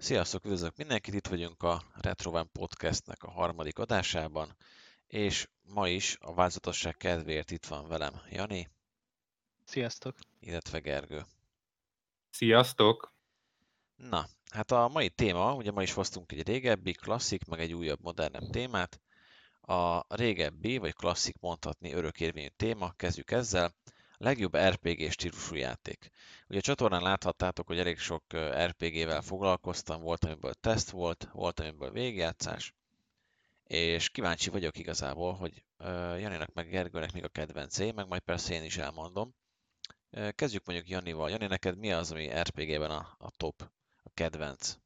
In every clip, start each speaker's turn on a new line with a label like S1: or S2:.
S1: Sziasztok, üdvözlök mindenkit, itt vagyunk a Retrovan Podcastnek a harmadik adásában, és ma is a változatosság kedvéért itt van velem Jani,
S2: Sziasztok!
S1: illetve Gergő.
S3: Sziasztok!
S1: Na, hát a mai téma, ugye ma is hoztunk egy régebbi, klasszik, meg egy újabb, modernebb témát. A régebbi, vagy klasszik mondhatni örökérvényű téma, kezdjük ezzel. A legjobb RPG stílusú játék. Ugye a csatornán láthattátok, hogy elég sok RPG-vel foglalkoztam, volt amiből teszt volt amiből végigjátszás, és kíváncsi vagyok igazából, hogy Janinak meg Gergőnek még a kedvencé, meg majd persze én is elmondom. Kezdjük mondjuk Janival. Jani, neked mi az, ami RPG-ben a top, a kedvenc?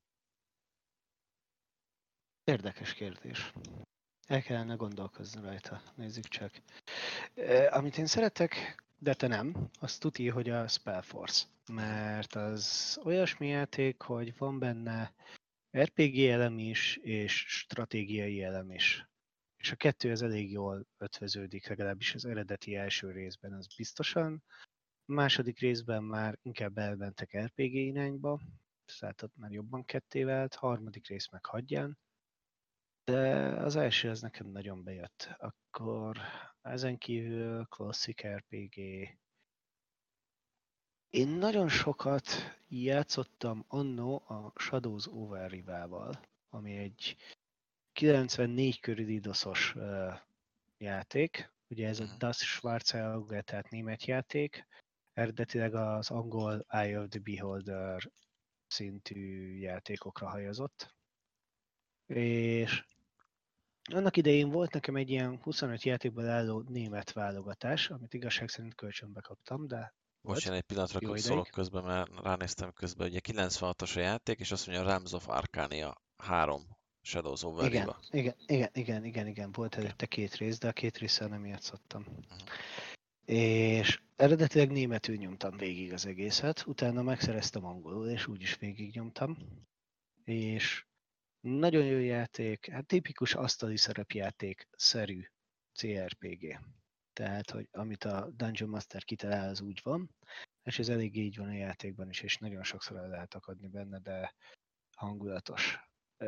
S2: Érdekes kérdés. El kellene gondolkozni rajta, nézzük csak. Amit én szeretek, de te nem, az tuti, hogy a Spellforce. Mert az olyasmi játék, hogy van benne RPG elem is, és stratégiai elem is. És a kettő az elég jól ötvöződik, legalábbis az eredeti első részben, az biztosan. A második részben már inkább elmentek RPG irányba, tehát ott már jobban ketté vált, harmadik rész meg hagyján. De az első az nekem nagyon bejött. Akkor ezen kívül klasszik RPG. Én nagyon sokat játszottam annó a Shadows over Rival-val, ami egy 94 körüli DDoS-os játék. Ugye ez a Das Schwarze Auge, tehát német játék. Eredetileg az angol Eye of the Beholder szintű játékokra hajazott. És annak idején volt nekem egy ilyen 25 játékból álló német válogatás, amit igazság szerint kölcsönbe kaptam, de
S1: Most
S2: volt
S1: én egy pillanatra
S2: jó
S1: szólok
S2: ideig.
S1: közben, mert ránéztem közben, ugye 96-os a játék, és azt mondja Realms of Arcania 3 Shadows over
S2: Igen,
S1: Riva.
S2: igen, volt
S1: Oké.
S2: előtte két rész, de a két résszel nem játszottam.
S1: Mhm.
S2: És eredetileg németül nyomtam végig az egészet, utána megszereztem angolul, és úgy is végig nyomtam. És nagyon jó játék, hát tipikus asztali szerepjáték-szerű CRPG. Tehát, hogy amit a Dungeon Master kitalál, az úgy van, és ez elég így van a játékban is, és nagyon sokszor el lehet akadni benne, de hangulatos.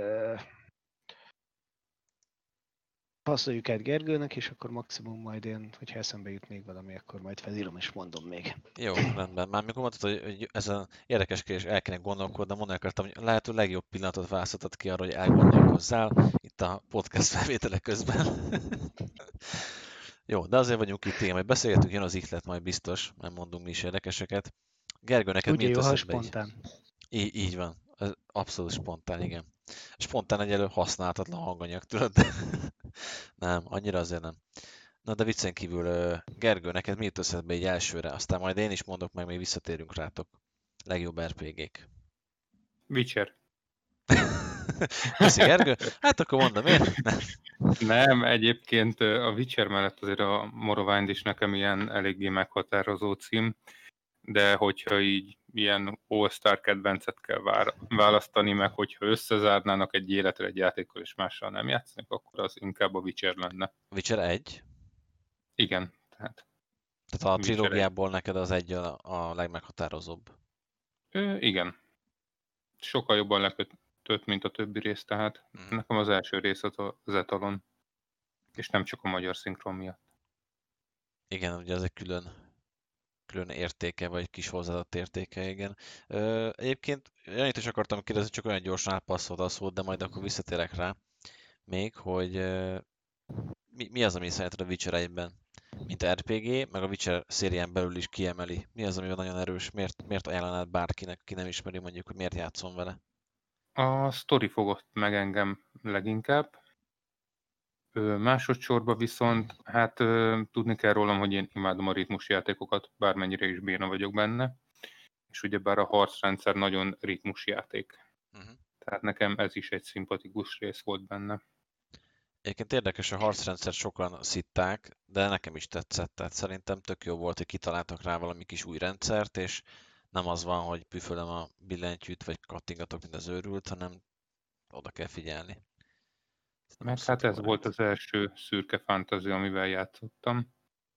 S2: Passzoljuk át Gergőnek, és akkor maximum majd én, hogyha eszembe jut még valami, akkor majd felírom és mondom még.
S1: Jó, rendben. Már mikor mondtad, hogy ez a érdekes kérdés, el kéne gondolkodnom, mondani akartam, hogy lehető legjobb pillanatot választottad ki arra, hogy elgondolkozzál itt a podcast felvételek közben. Jó, de azért vagyunk itt, igen, majd beszélgetünk, jön az ihlet majd biztos, nem mondunk mi is érdekeseket. Gergő, neked mi
S2: Ugye
S1: jut
S2: jó, ha
S1: eszedbe így?
S2: spontán.
S1: Így van, ez abszolút spontán, igen. Spontán egyelő használhatatlan hanganyag, tudod? Nem, annyira azért nem. Na de viccen kívül, Gergő, neked mi jut eszedbe így elsőre? Aztán majd én is mondok, meg még visszatérünk rátok. Legjobb RPG-k.
S3: Witcher.
S1: Köszi, Gergő. Hát akkor mondom én. Nem.
S3: Nem, egyébként a Witcher mellett azért a Morrowind is nekem ilyen eléggé meghatározó cím, de hogyha így ilyen all-star kedvencet kell választani, meg hogyha összezárnának egy életre egy játékkal és mással nem játszanak, akkor az inkább a Witcher lenne.
S1: Witcher 1.
S3: Igen, tehát
S1: Tehát a
S3: Witcher egy.
S1: trilógiából neked az egy a legmeghatározóbb.
S3: Igen, sokkal jobban lekötött, mint a többi rész, tehát
S1: Mhm.
S3: nekem az első rész az etalon, és nem csak a magyar szinkron miatt.
S1: Igen, ugye ez egy külön értéke, vagy kis hozzáadott értéke, igen. Egyébként annyit is akartam kérdezni, csak olyan gyorsan átpasszolt a szót, de majd akkor visszatérek rá még, hogy mi az, ami szerinted a Witcher 1-ben, mint RPG, meg a Witcher szérián belül is kiemeli? Mi az, ami nagyon erős? Miért ajánlanád bárkinek, ki nem ismeri mondjuk, hogy miért játszom vele?
S3: A sztori fogott meg engem leginkább. Másodszorban viszont, hát tudni kell rólam, hogy én imádom a ritmusjátékokat, bármennyire is béna vagyok benne, és ugyebár a harcrendszer nagyon ritmusjáték.
S1: Uh-huh.
S3: Tehát nekem ez is egy szimpatikus rész volt benne.
S1: Egyébként érdekes, a harcrendszert sokan szitták, de nekem is tetszett, tehát szerintem tök jó volt, hogy kitaláltak rá valami kis új rendszert, és nem az van, hogy püfölöm a billentyűt, vagy kattingatok, mint az őrült, hanem oda kell figyelni. Nem
S3: Meg hát
S1: abszolút
S3: ez volt
S1: korrekt.
S3: az első szürke fantasy, amivel játszottam,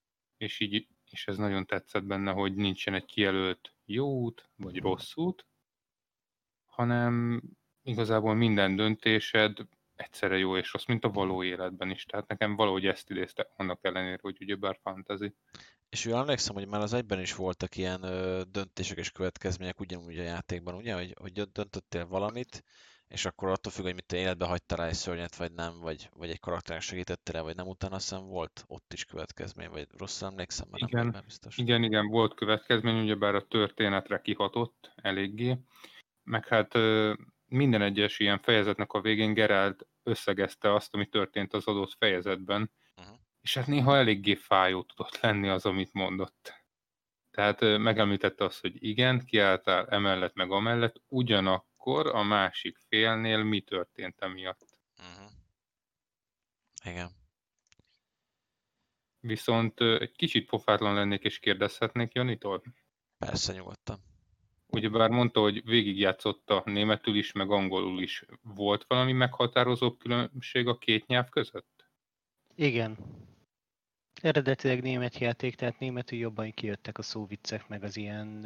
S3: és ez nagyon tetszett benne, hogy nincsen egy kijelölt jó út, vagy rossz út, hanem igazából minden döntésed egyszerre jó és rossz, mint a való életben is. Tehát nekem valahogy ezt idézte, annak ellenére, hogy ugyebár fantasy.
S1: És jól emlékszem, hogy már az egyben is voltak ilyen döntések és következmények ugyanúgy a játékban, ugye? Hogy döntöttél valamit, és akkor attól függ, hogy mit te életbe hagytál rá egy szörnyet, vagy nem, vagy egy karakternek segítettél el, vagy nem, utána azt hiszem volt ott is következmény, vagy rosszul emlékszem, mert nem vagyok
S3: Igen,
S1: benne biztos.
S3: igen, volt következmény, ugyebár a történetre kihatott eléggé. Meg hát minden egyes ilyen fejezetnek a végén Geralt összegezte azt, ami történt az adott fejezetben,
S1: Uh-huh.
S3: és hát néha eléggé fájó tudott lenni az, amit mondott. Tehát megemlítette azt, hogy igen, kiálltál emellett meg amellett, ugyanakkor a másik félnél mi történt emiatt.
S1: Uh-huh. Igen.
S3: Viszont egy kicsit pofátlan lennék és kérdezhetnék Janitól.
S1: Persze, nyugodtan.
S3: Ugyebár mondta, hogy végigjátszotta németül is, meg angolul is. Volt valami meghatározó különbség a két nyelv között?
S2: Igen. Eredetileg német játék, tehát németül jobban kijöttek a szóviccek, meg az ilyen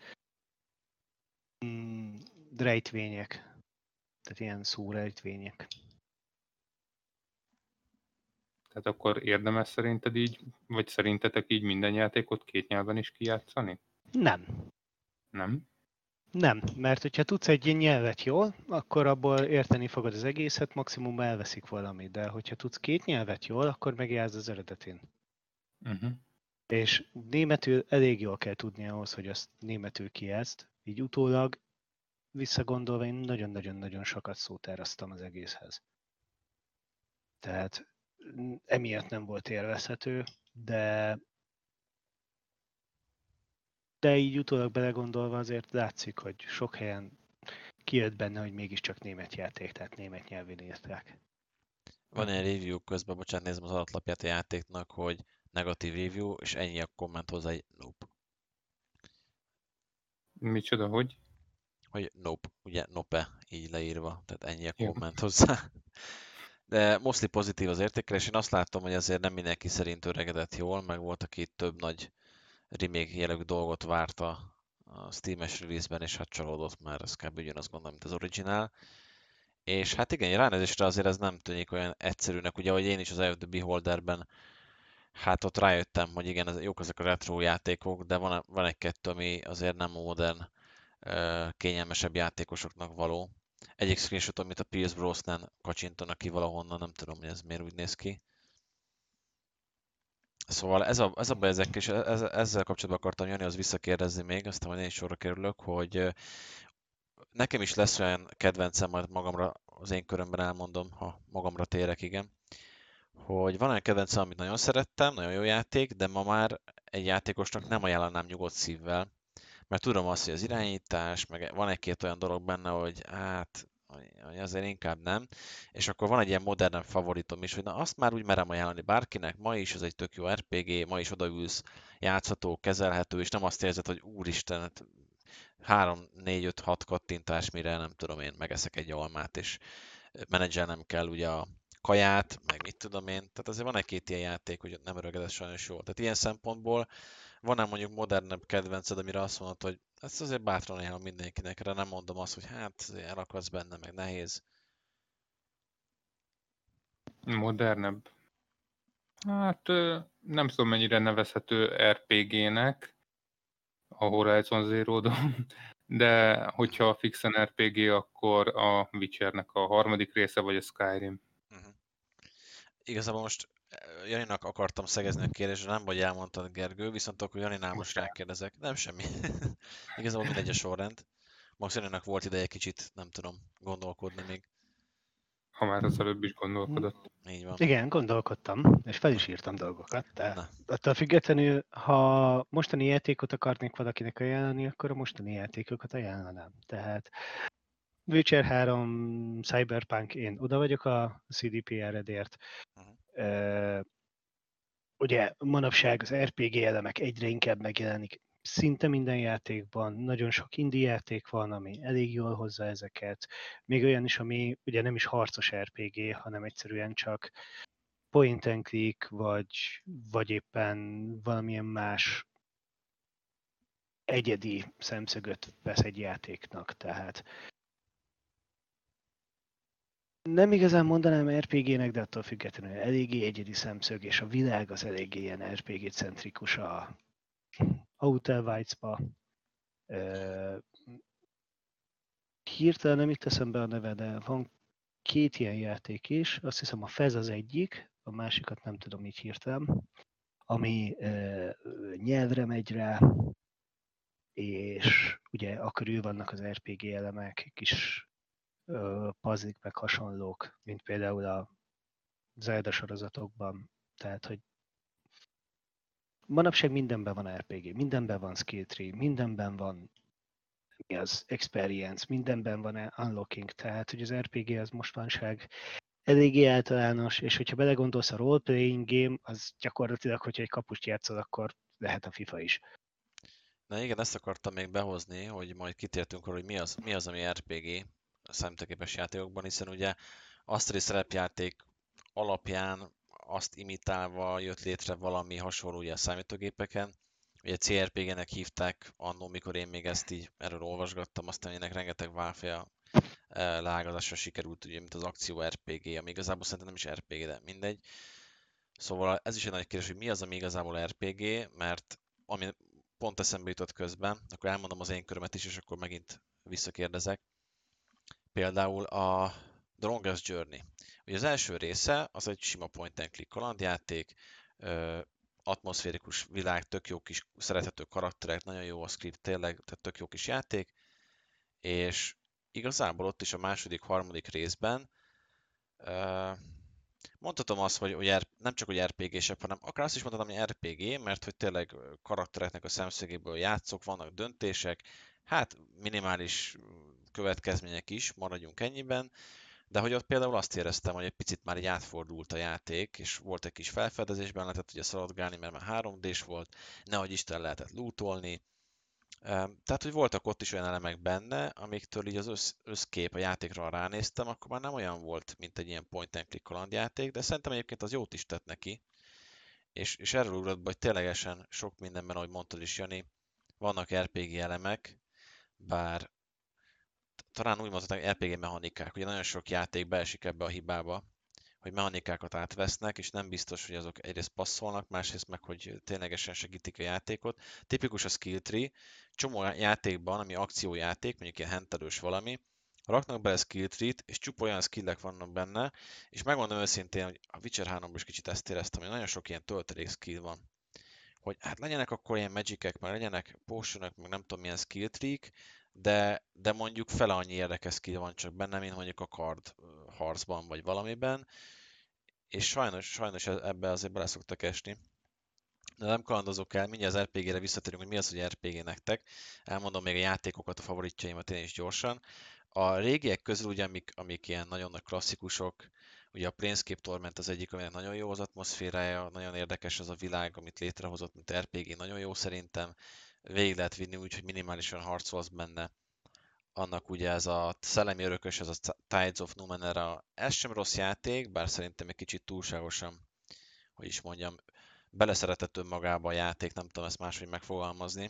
S2: rejtvények. Tehát ilyen szórejtvények.
S3: Tehát akkor érdemes szerinted így, vagy szerintetek így minden játékot két nyelven is kijátszani?
S2: Nem.
S3: Nem?
S2: Nem, mert hogyha tudsz egy ilyen nyelvet jól, akkor abból érteni fogod az egészet, maximum elveszik valami, de hogyha tudsz két nyelvet jól, akkor megjársz az eredetén.
S3: Uh-huh.
S2: És németül elég jól kell tudni ahhoz, hogy azt németül kijátszd. Így utólag visszagondolva én nagyon-nagyon-nagyon sokat szót eresztem az egészhez. Tehát emiatt nem volt élvezhető, de így utólag belegondolva azért látszik, hogy sok helyen kijött benne, hogy mégiscsak német játék, tehát német nyelvén írták.
S1: Van egy review közben, bocsánat, nézem az alatlapját a játéknak, hogy negatív review, és ennyi a komment hozzá, egy nope.
S3: Micsoda, hogy?
S1: Hogy nope, ugye nope, így leírva, tehát ennyi a
S3: Jó.
S1: komment hozzá. De mostly pozitív az értékelés, én azt látom, hogy azért nem mindenki szerint öregedett jól, meg volt, aki itt több nagy remake jellegű dolgot várta a Steam-es release-ben, és hát csalódott, mert ez kb. Ugyanazt gondolom, mint az originál. És hát igen, ránézésre azért ez nem tűnik olyan egyszerűnek, ugye, hogy én is az Eye of the Beholderben, hát ott rájöttem, hogy igen, jók ezek a retro játékok, de van egy-kettő, ami azért nem modern, kényelmesebb játékosoknak való. Egyik screenshot, amit a Pierce Brosnan kacsintanak ki valahonnan, nem tudom, hogy ez miért úgy néz ki. Szóval ez a baj ezekkel, és ezzel kapcsolatban akartam Jani, az visszakérdezni még, aztán majd én is sorra kerülök, hogy nekem is lesz olyan kedvencem, majd magamra, az én körömben elmondom, ha magamra térek, igen, hogy van olyan kedvencem, amit nagyon szerettem, nagyon jó játék, de ma már egy játékosnak nem ajánlanám nyugodt szívvel, mert tudom azt, hogy az irányítás, meg van egy-két olyan dolog benne, hogy hát hogy azért inkább nem, és akkor van egy ilyen modern favoritom is, hogy na azt már úgy merem ajánlani bárkinek, ma is ez egy tök jó RPG, ma is odaülsz, játszható, kezelhető, és nem azt érzed, hogy úristen, hát 3, 4, 5, 6 kattintás, mire nem tudom én, megeszek egy almát, és menedzselnem kell ugye a kaját, meg mit tudom én. Tehát azért van egy-két ilyen játék, hogy nem öregedett sajnos jól. Tehát ilyen szempontból van-e mondjuk modernebb kedvenced, amire azt mondod, hogy ezt azért bátran ajánlom mindenkinek, erre nem mondom azt, hogy hát elakadsz benne, meg nehéz.
S3: Modernebb. Hát nem tudom, mennyire nevezhető RPG-nek a Horizon Zero Dawn, de hogyha fixen RPG, akkor a Witchernek a harmadik része, vagy a Skyrim.
S1: Uh-huh. Igazából most Janinak akartam szegezni a kérdésre, nem vagy elmondtad, Gergő, viszont akkor Janinál most rákérdezek. Nem semmi. Igazából mindegy a sorrend. Most Janinak volt ideje kicsit, nem tudom, gondolkodni még.
S3: Ha már az előbb is gondolkodott.
S1: Így van.
S2: Igen, gondolkodtam, és fel
S1: Na,
S2: is írtam dolgokat, de
S1: na.
S2: attól függetlenül, ha mostani játékot akarnék valakinek ajánlani, akkor a mostani játékokat ajánlanám. Tehát Witcher 3, Cyberpunk, én oda vagyok a CDPR-edért. Ugye manapság az RPG elemek egyre inkább megjelenik szinte minden játékban, nagyon sok indie játék van, ami elég jól hozza ezeket, még olyan is, ami ugye nem is harcos RPG, hanem egyszerűen csak point and click, vagy éppen valamilyen más egyedi szemszögöt vesz egy játéknak, tehát Nem igazán mondanám RPG-nek, de attól függetlenül eléggé egyedi szemszög, és a világ az eléggé ilyen RPG-centrikus a Outer Wilds-ba. Hirtelen nem jut eszembe a neve, de van 2 ilyen játék is. Azt hiszem a Fez az egyik, a másikat nem tudom így hirtelen, ami nyelvre megy rá, és ugye akörül vannak az RPG elemek, kis puzzle meg hasonlók, mint például a Zelda sorozatokban. Tehát, hogy manapság mindenben van RPG, mindenben van skill tree, mindenben van mi az experience, mindenben van unlocking, tehát hogy az RPG az mostanság eléggé általános, és hogyha belegondolsz a role-playing game, az gyakorlatilag, hogyha egy kapust játszol, akkor lehet a FIFA is.
S1: Na igen, ezt akartam még behozni, hogy majd kitértünk arra, hogy mi az ami RPG a számítógépes játékokban, hiszen ugye asztali szerepjáték alapján azt imitálva jött létre valami hasonló ugye a számítógépeken. Ugye CRPG-nek hívták annó, mikor én még ezt így erről olvasgattam, aztán ennek rengeteg válfél leágazásra sikerült, ugye, mint az akció RPG, ami igazából szerintem nem is RPG, de mindegy. Szóval ez is egy nagy kérdés, hogy mi az, ami igazából RPG, mert ami pont eszembe jutott közben, akkor elmondom az én körömet is, és akkor megint visszakérdezek. Például a The Longest Journey. Ugye az első része az egy sima point and click kalandjáték, atmoszférikus világ, tök jó kis szerethető karakterek, nagyon jó a script, tényleg, tehát tök jó kis játék, és igazából ott is a második, harmadik részben mondhatom azt, hogy nem csak hogy RPG-sebb, hanem akár azt is mondhatom, hogy RPG, mert hogy tényleg karaktereknek a szemszögéből játszok, vannak döntések, hát minimális következmények is, maradjunk ennyiben, de hogy ott például azt éreztem, hogy egy picit már így átfordult a játék, és volt egy kis felfedezésben, lehetett ugye szaladgálni, mert már 3D-s volt, nehogy Isten lehetett lootolni, tehát, hogy voltak ott is olyan elemek benne, amiktől így az összkép a játékra ránéztem, akkor már nem olyan volt, mint egy ilyen point and click kalandjáték, de szerintem egyébként az jót is tett neki, és erről ugrott be, hogy ténylegesen sok mindenben, ahogy mondtad is, Jani, vannak RPG elemek, bár talán úgy mondhatnánk, hogy RPG mechanikák, ugye nagyon sok játék beesik ebbe a hibába, hogy mechanikákat átvesznek, és nem biztos, hogy azok egyrészt passzolnak, másrészt meg, hogy ténylegesen segítik a játékot. Tipikus a skill tree, csomó játékban, ami akciójáték, mondjuk ilyen hentelős valami, raknak bele skill tree-t, és csupa olyan skillek vannak benne, és megmondom őszintén, hogy a Witcher 3-ban is kicsit ezt éreztem, hogy nagyon sok ilyen töltelék skill van. Hogy hát legyenek akkor ilyen magicek, meg legyenek potionok, meg nem tudom milyen skill tree-k, de mondjuk fele annyi érdekes skill van csak benne, mint mondjuk a kard harcban, vagy valamiben, és sajnos ebbe azért bele szoktak esni. De nem kalandozok el, mindjárt az RPG-re visszatérünk, hogy mi az, hogy RPG nektek. Elmondom még a játékokat, a favoritjaimat én is gyorsan. A régiek közül ugye, amik ilyen nagyon nagy klasszikusok, ugye a Planescape Torment az egyik, aminek nagyon jó az atmoszférája, nagyon érdekes az a világ, amit létrehozott, mint RPG, nagyon jó szerintem. Végig lehet vinni úgy, hogy minimálisan harcolsz benne. Annak ugye ez a szellemi örökös, ez a Tides of Numenera, ez sem rossz játék, bár szerintem egy kicsit túlságosan, hogy is mondjam, beleszeretett önmagába a játék, nem tudom ezt máshogy megfogalmazni.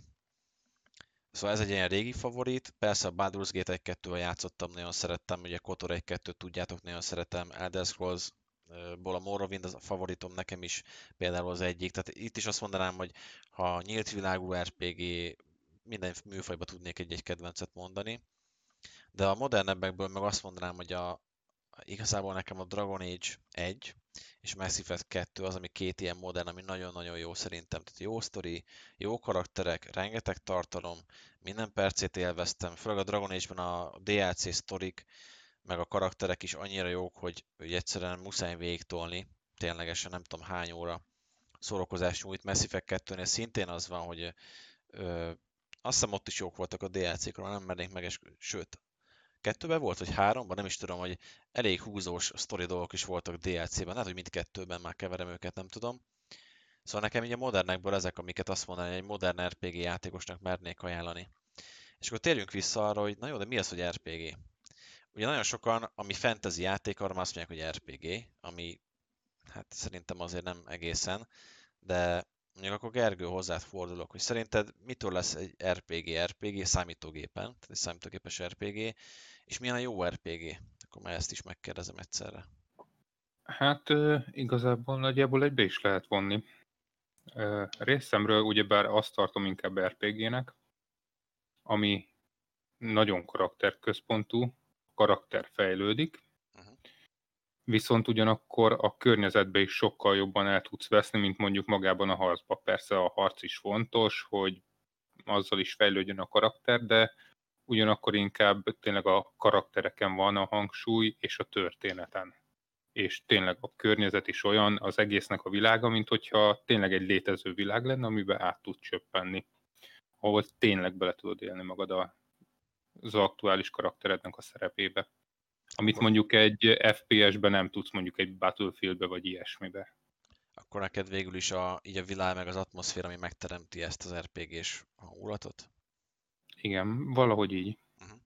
S1: Szóval ez egy ilyen régi favorit, persze a Baldur's Gate 1-2-vel játszottam, nagyon szerettem, ugye KOTOR 1-2-t tudjátok, nagyon szeretem, Elder Scrolls-ból a Morrowind az a favoritom nekem is például az egyik, tehát itt is azt mondanám, hogy ha nyílt világú RPG, minden műfajba tudnék egy-egy kedvencet mondani, de a modernebbekből meg azt mondanám, hogy igazából nekem a Dragon Age 1 és Mass Effect 2 az, ami két ilyen modern, ami nagyon-nagyon jó szerintem. Tehát jó sztori, jó karakterek, rengeteg tartalom, minden percét élveztem. Főleg a Dragon Age-ben a DLC sztorik, meg a karakterek is annyira jók, hogy egyszerűen muszáj végig tolni. Ténylegesen nem tudom hány óra szórakozás nyújt. Mass Effect 2-nél szintén az van, hogy azt hiszem ott is jók voltak a DLC-król, nem mernék meg, sőt, kettőben volt, vagy háromban, nem is tudom, hogy elég húzós sztori dolgok is voltak DLC-ben, lehet, hogy mindkettőben már keverem őket, nem tudom. Szóval nekem így a modernekből ezek, amiket azt mondani, hogy egy modern RPG játékosnak mernék ajánlani. És akkor térjünk vissza arra, hogy na jó, de mi az, hogy RPG? Ugye nagyon sokan, ami fantasy játék, arra azt mondják, hogy RPG, ami hát szerintem azért nem egészen, de mondjuk akkor Gergő, hozzád fordulok, hogy szerinted mitől lesz egy RPG számítógépen, tehát egy számítógépes RPG, és milyen a jó RPG? akkor már ezt is megkérdezem egyszerre.
S3: Hát igazából nagyjából egybe is lehet vonni. Részemről ugyebár azt tartom inkább RPG-nek, ami nagyon karakterközpontú, karakter fejlődik, viszont ugyanakkor a környezetbe is sokkal jobban el tudsz veszni, mint mondjuk magában a harcba. Persze a harc is fontos, hogy azzal is fejlődjön a karakter, de ugyanakkor inkább tényleg a karaktereken van a hangsúly, és a történeten. És tényleg a környezet is olyan, az egésznek a világa, mint hogyha tényleg egy létező világ lenne, amiben át tud csöppenni. Ahol tényleg bele tudod élni magad az aktuális karakterednek a szerepébe. Amit mondjuk egy FPS-ben nem tudsz, mondjuk egy Battlefield-be vagy ilyesmibe.
S1: Akkor neked végül is így a világ meg az atmoszféra, ami megteremti ezt az RPG-s hangulatot?
S3: Igen, valahogy így.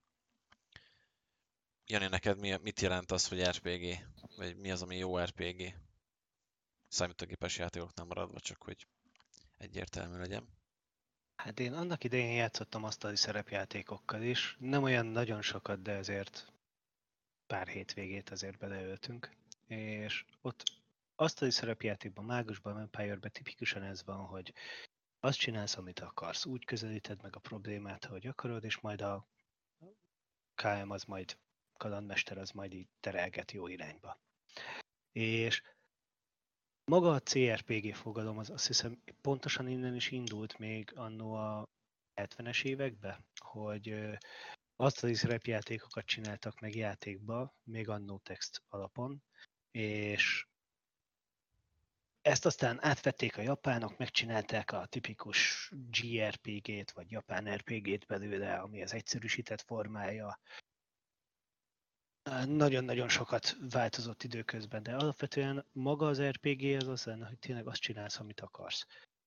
S1: Jani, neked mit jelent az, hogy RPG? Vagy mi az, ami jó RPG? Számítógépes játékoknál maradva, csak hogy egyértelmű legyen.
S2: Hát én annak idején játszottam asztali szerepjátékokkal is. Nem olyan nagyon sokat, de azért pár hétvégét azért beleöltünk. És ott asztali szerepjátékban, mágusban, Vampire-ben tipikusan ez van, hogy azt csinálsz, amit akarsz. Úgy közelíted meg a problémát, ahogy akarod, és majd a KM az majd, kalandmester az majd így terelget jó irányba. És maga a CRPG fogalom az azt hiszem pontosan innen is indult még annó a 70-es években, hogy asztali szerepjátékokat csináltak meg játékba, még annó text alapon, és ezt aztán átvették a japánok, megcsinálták a tipikus JRPG-t, vagy japán RPG-t belőle, ami az egyszerűsített formája. Nagyon-nagyon sokat változott időközben, de alapvetően maga az RPG az az lenne, hogy tényleg azt csinálsz, amit akarsz.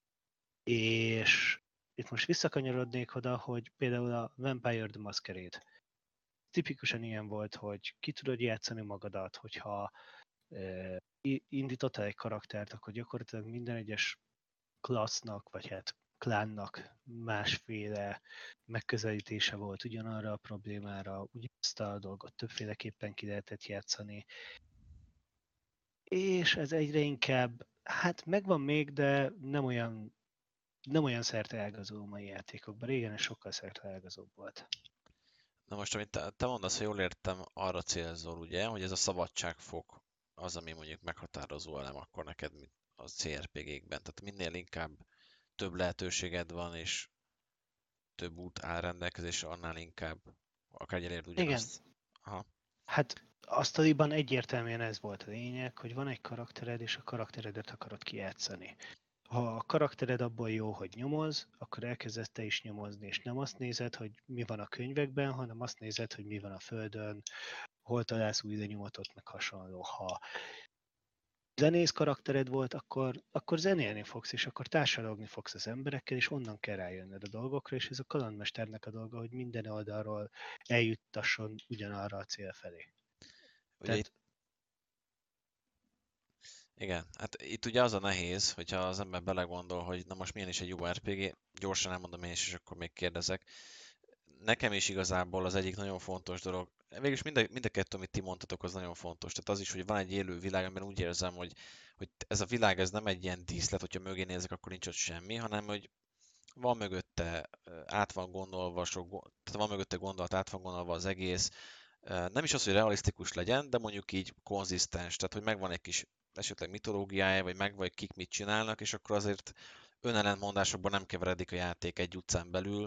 S2: És itt most visszakanyarodnék oda, hogy például a Vampire the Masquerade tipikusan ilyen volt, hogy ki tudod játszani magadat, hogyha indítottál egy karaktert, akkor gyakorlatilag minden egyes klassznak, vagy hát klánnak másféle megközelítése volt ugyanarra a problémára, ugyanazt a dolgot többféleképpen ki lehetett játszani. És ez egyre inkább, hát megvan még, de nem olyan szerteágazó mai játékokban. Régen ez sokkal szerteágazóbb volt.
S1: Na most, amit te mondasz, ha jól értem, arra célzol, ugye, hogy ez a szabadságfok az, ami mondjuk meghatározó elem akkor neked a CRPG-kben. Tehát minél inkább több lehetőséged van, és több út áll rendelkezésre, annál inkább akár elérd ugyanazt.
S2: Igen.
S1: Aha.
S2: Hát asztaliban egyértelműen ez volt a lényeg, hogy van egy karaktered, és a karakteredet akarod kijátszani. Ha a karaktered abból jó, hogy nyomoz, akkor elkezdesz te is nyomozni, és nem azt nézed, hogy mi van a könyvekben, hanem azt nézed, hogy mi van a földön, hol találsz új lenyomatot, meg hasonló. Ha zenész karaktered volt, akkor zenélni fogsz, és akkor társalogni fogsz az emberekkel, és onnan kell rájönned a dolgokra, és ez a kalandmesternek a dolga, hogy minden oldalról eljuttasson ugyanarra a cél felé.
S1: Ugye igen, hát itt ugye az a nehéz, hogyha az ember belegondol, hogy na most milyen is egy jó RPG, gyorsan elmondom én is, és akkor még kérdezek. Nekem is igazából az egyik nagyon fontos dolog, végülis mind a kettő, amit ti mondtatok, az nagyon fontos. Tehát az is, hogy van egy élő világ, amiben úgy érzem, hogy ez a világ ez nem egy ilyen díszlet, hogyha mögé nézek, akkor nincs ott semmi, hanem hogy van mögötte, át van gondolva, tehát van mögötte gondolat, át van gondolva az egész. Nem is az, hogy realisztikus legyen, de mondjuk így konzisztens, tehát hogy megvan egy kis esetleg mitológiája, vagy kik mit csinálnak, és akkor azért önellentmondásokban nem keveredik a játék egy utcán belül,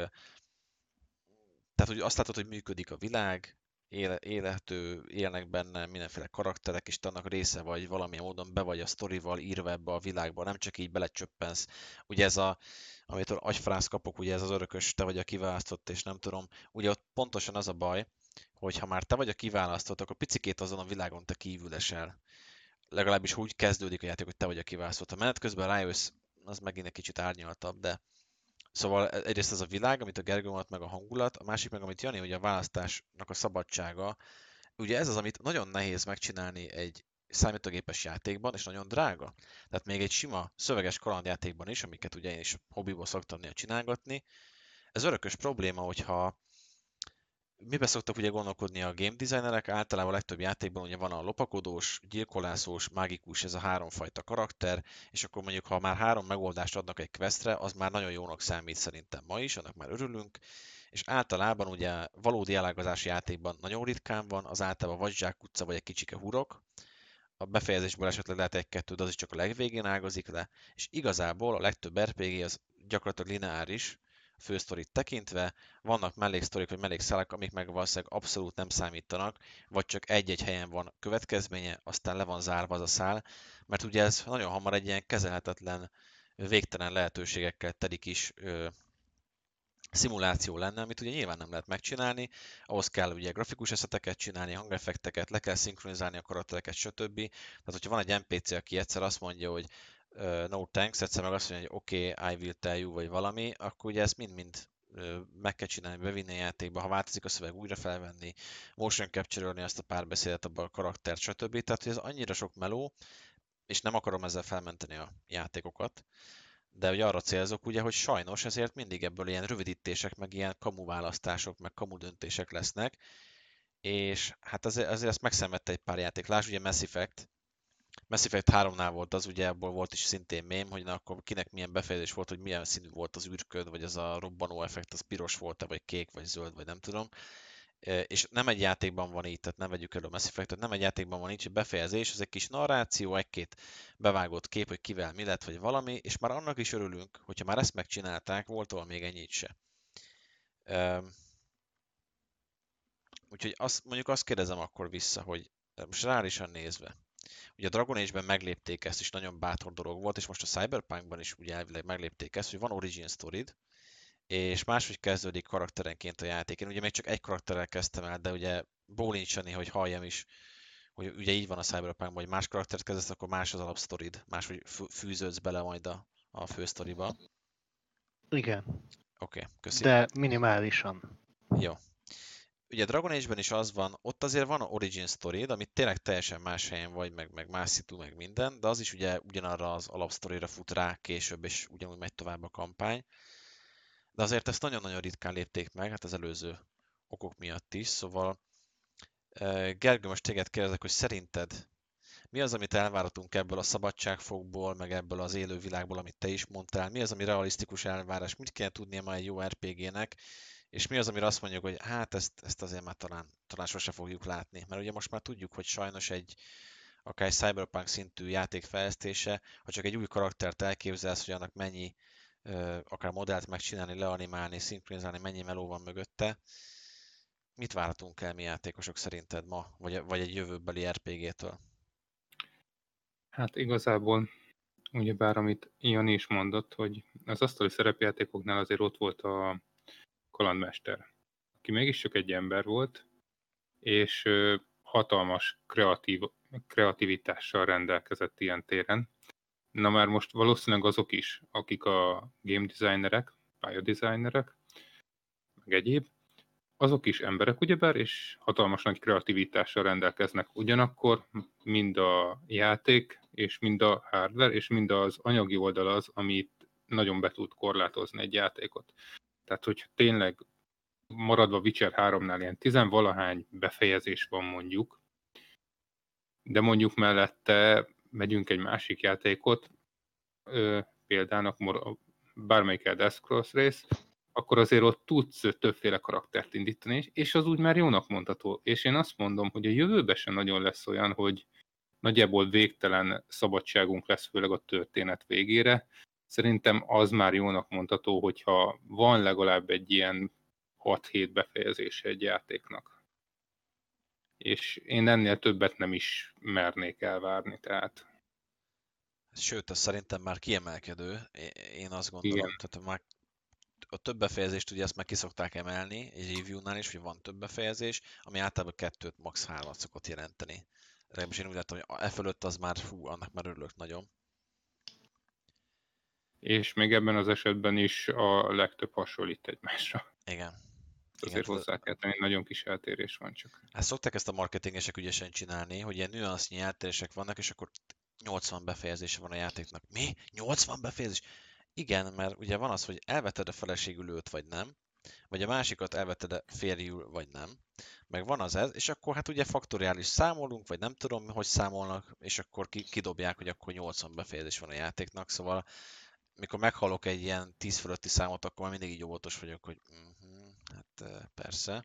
S1: tehát hogy azt látod, hogy működik a világ, élhető, élnek benne mindenféle karakterek, és te annak része vagy, valamilyen módon be vagy a sztorival írva ebbe a világba, nem csak így belecsöppensz. Ugye amit agyfrász kapok, ugye ez az örökös, te vagy a kiválasztott, és nem tudom, ugye ott pontosan az a baj, hogy ha már te vagy a kiválasztott, akkor picikét azon a világon te kívül esel. Legalábbis úgy kezdődik a játék, hogy te vagy a kiválasztott. A menet közben rájössz, az megint egy kicsit árnyaltabb, de szóval egyrészt ez a világ, amit a Gergő mondott, meg a hangulat, a másik meg, amit Jani, hogy a választásnak a szabadsága. Ugye ez az, amit nagyon nehéz megcsinálni egy számítógépes játékban, és nagyon drága. Tehát még egy sima szöveges kalandjátékban is, amiket ugye én is hobbiból szoktam néha csinálgatni, ez örökös probléma, hogyha mibe szoktak ugye gondolkodni a game designerek? Általában a legtöbb játékban ugye van a lopakodós, gyilkolászós, mágikus, ez a háromfajta karakter, és akkor mondjuk, ha már három megoldást adnak egy questre, az már nagyon jónak számít szerintem ma is, annak már örülünk, és általában ugye valódi elágazási játékban nagyon ritkán van, az általában vagy zsákutca, vagy egy kicsike hurok, a befejezésből esetleg lehet egy-kettő, de az is csak a legvégén ágazik le, és igazából a legtöbb RPG az gyakorlatilag lineáris, a fősztorit tekintve, vannak melléksztorik vagy mellékszálak, amik meg valószínűleg abszolút nem számítanak, vagy csak egy-egy helyen van következménye, aztán le van zárva az a szál, mert ugye ez nagyon hamar egy ilyen kezelhetetlen, végtelen lehetőségekkel teli kis szimuláció lenne, amit ugye nyilván nem lehet megcsinálni, ahhoz kell ugye grafikus eszeteket csinálni, hangeffekteket, le kell szinkronizálni a karaktereket, stb. Tehát, hogyha van egy NPC, aki egyszer azt mondja, hogy no thanks, egyszer meg azt mondja, hogy okay, I will tell you, vagy valami, akkor ugye ezt mind-mind meg kell csinálni, bevinni a játékba, ha változik a szöveg, újra felvenni, motion capture-ölni azt a párbeszédet, abban a karaktert, stb. Tehát, hogy ez annyira sok meló, és nem akarom ezzel felmenteni a játékokat, de ugye arra célzok ugye, hogy sajnos ezért mindig ebből ilyen rövidítések, meg ilyen kamu választások, meg kamu döntések lesznek, és hát azért ezt megszenvedte egy pár játék. Lásd ugye Mass Effect. Mass Effect 3-nál volt az, ugye abból volt is szintén mém, hogy na, akkor kinek milyen befejezés volt, hogy milyen színű volt az űrköd, vagy az a robbanó effekt, az piros volt-e, vagy kék, vagy zöld, vagy nem tudom. És nem egy játékban van így, tehát ne vegyük elő a Mass Effect-et, nem egy játékban van így, hogy befejezés, az egy kis narráció, egy-két bevágott kép, hogy kivel mi lett, vagy valami, és már annak is örülünk, hogyha már ezt megcsinálták, volt ahol még ennyit se. Úgyhogy mondjuk azt kérdezem akkor vissza, hogy most reálisan nézve, ugye a Dragon Age-ben meglépték ezt, és nagyon bátor dolog volt, és most a Cyberpunkban is ugye elvileg meglépték ezt, hogy van origin story-d, és máshogy kezdődik karakterenként a játék. Én ugye még csak egy karakterrel kezdtem el, de ugye bólincsani, hogy halljam is, hogy ugye így van a Cyberpunkban, hogy más karaktert kezdesz, akkor más az alapsztorid, máshogy fűződsz bele majd a fősztoriba.
S2: Igen,
S1: Oké, köszi.
S2: de minimálisan.
S1: Jó. Ugye Dragon Age-ben is az van, ott azért van a origin story, amit tényleg teljesen más helyen vagy, meg más szitu, meg minden, de az is ugye ugyanarra az alapsztorira fut rá később, és ugyanúgy megy tovább a kampány. De azért ezt nagyon-nagyon ritkán lépték meg, hát az előző okok miatt is, szóval Gergő, most téged kérdezek, hogy szerinted mi az, amit elvárhatunk ebből a szabadságfokból, meg ebből az élő világból, amit te is mondtál? Mi az, ami realisztikus elvárás? Mit kell tudnia már egy jó RPG-nek? És mi az, amire azt mondjuk, hogy hát ezt azért már talán sose fogjuk látni? Mert ugye most már tudjuk, hogy sajnos akár egy Cyberpunk szintű játék fejlesztése, ha csak egy új karaktert elképzelsz, hogy annak mennyi akár modellt megcsinálni, leanimálni, szinkronizálni, mennyi meló van mögötte, mit várhatunk el mi játékosok szerinted ma, vagy egy jövőbeli RPG-től?
S3: Hát igazából, ugyebár amit Jani is mondott, hogy az asztali szerepjátékoknál azért ott volt a kalandmester, aki mégiscsak egy ember volt, és hatalmas kreativitással rendelkezett ilyen téren. Na már most valószínűleg azok is, akik a game designerek, pályadesignerek, meg egyéb, azok is emberek ugyebár, és hatalmas nagy kreativitással rendelkeznek. Ugyanakkor mind a játék, és mind a hardware, és mind az anyagi oldal az, amit nagyon be tud korlátozni egy játékot. Tehát, hogy tényleg maradva Witcher 3-nál ilyen 10-valahány befejezés van mondjuk, de mondjuk mellette megyünk egy másik játékot, példának bármelyik Elder Scrolls rész, akkor azért ott tudsz többféle karaktert indítani, és az úgy már jónak mondható. És én azt mondom, hogy a jövőben sem nagyon lesz olyan, hogy nagyjából végtelen szabadságunk lesz, főleg a történet végére. Szerintem az már jónak mondható, hogyha van legalább egy ilyen 6-7 befejezése egy játéknak. És én ennél többet nem is mernék elvárni, tehát...
S1: Sőt, ez szerintem már kiemelkedő, én azt
S3: Igen.
S1: gondolom. Tehát már a több befejezést ugye ezt meg kiszokták emelni, egy review-nál is, hogy van több befejezés, ami általában 2-t, max. 3-at szokott jelenteni. Legalábbis én úgy látom, hogy e fölött az már, annak már örülök nagyon.
S3: És még ebben az esetben is a legtöbb hasonlít egymásra.
S1: Igen.
S3: Azért hozzá kell tenni, nagyon kis eltérés van csak.
S1: Hát szokták ezt a marketingesek ügyesen csinálni, hogy ilyen nüansznyi eltérések vannak, és akkor 80 befejezése van a játéknak. Mi? 80 befejezés? Igen, mert ugye van az, hogy elveted a feleségül őt, vagy nem, vagy a másikat elveted férjül, vagy nem. Meg van az ez, és akkor hát ugye faktoriális számolunk, vagy nem tudom, hogy számolnak, és akkor kidobják, hogy akkor 80 befejezés van a játéknak, szóval mikor meghallok egy ilyen 10 fölötti számot, akkor már mindig így óvatos vagyok, hogy hát persze.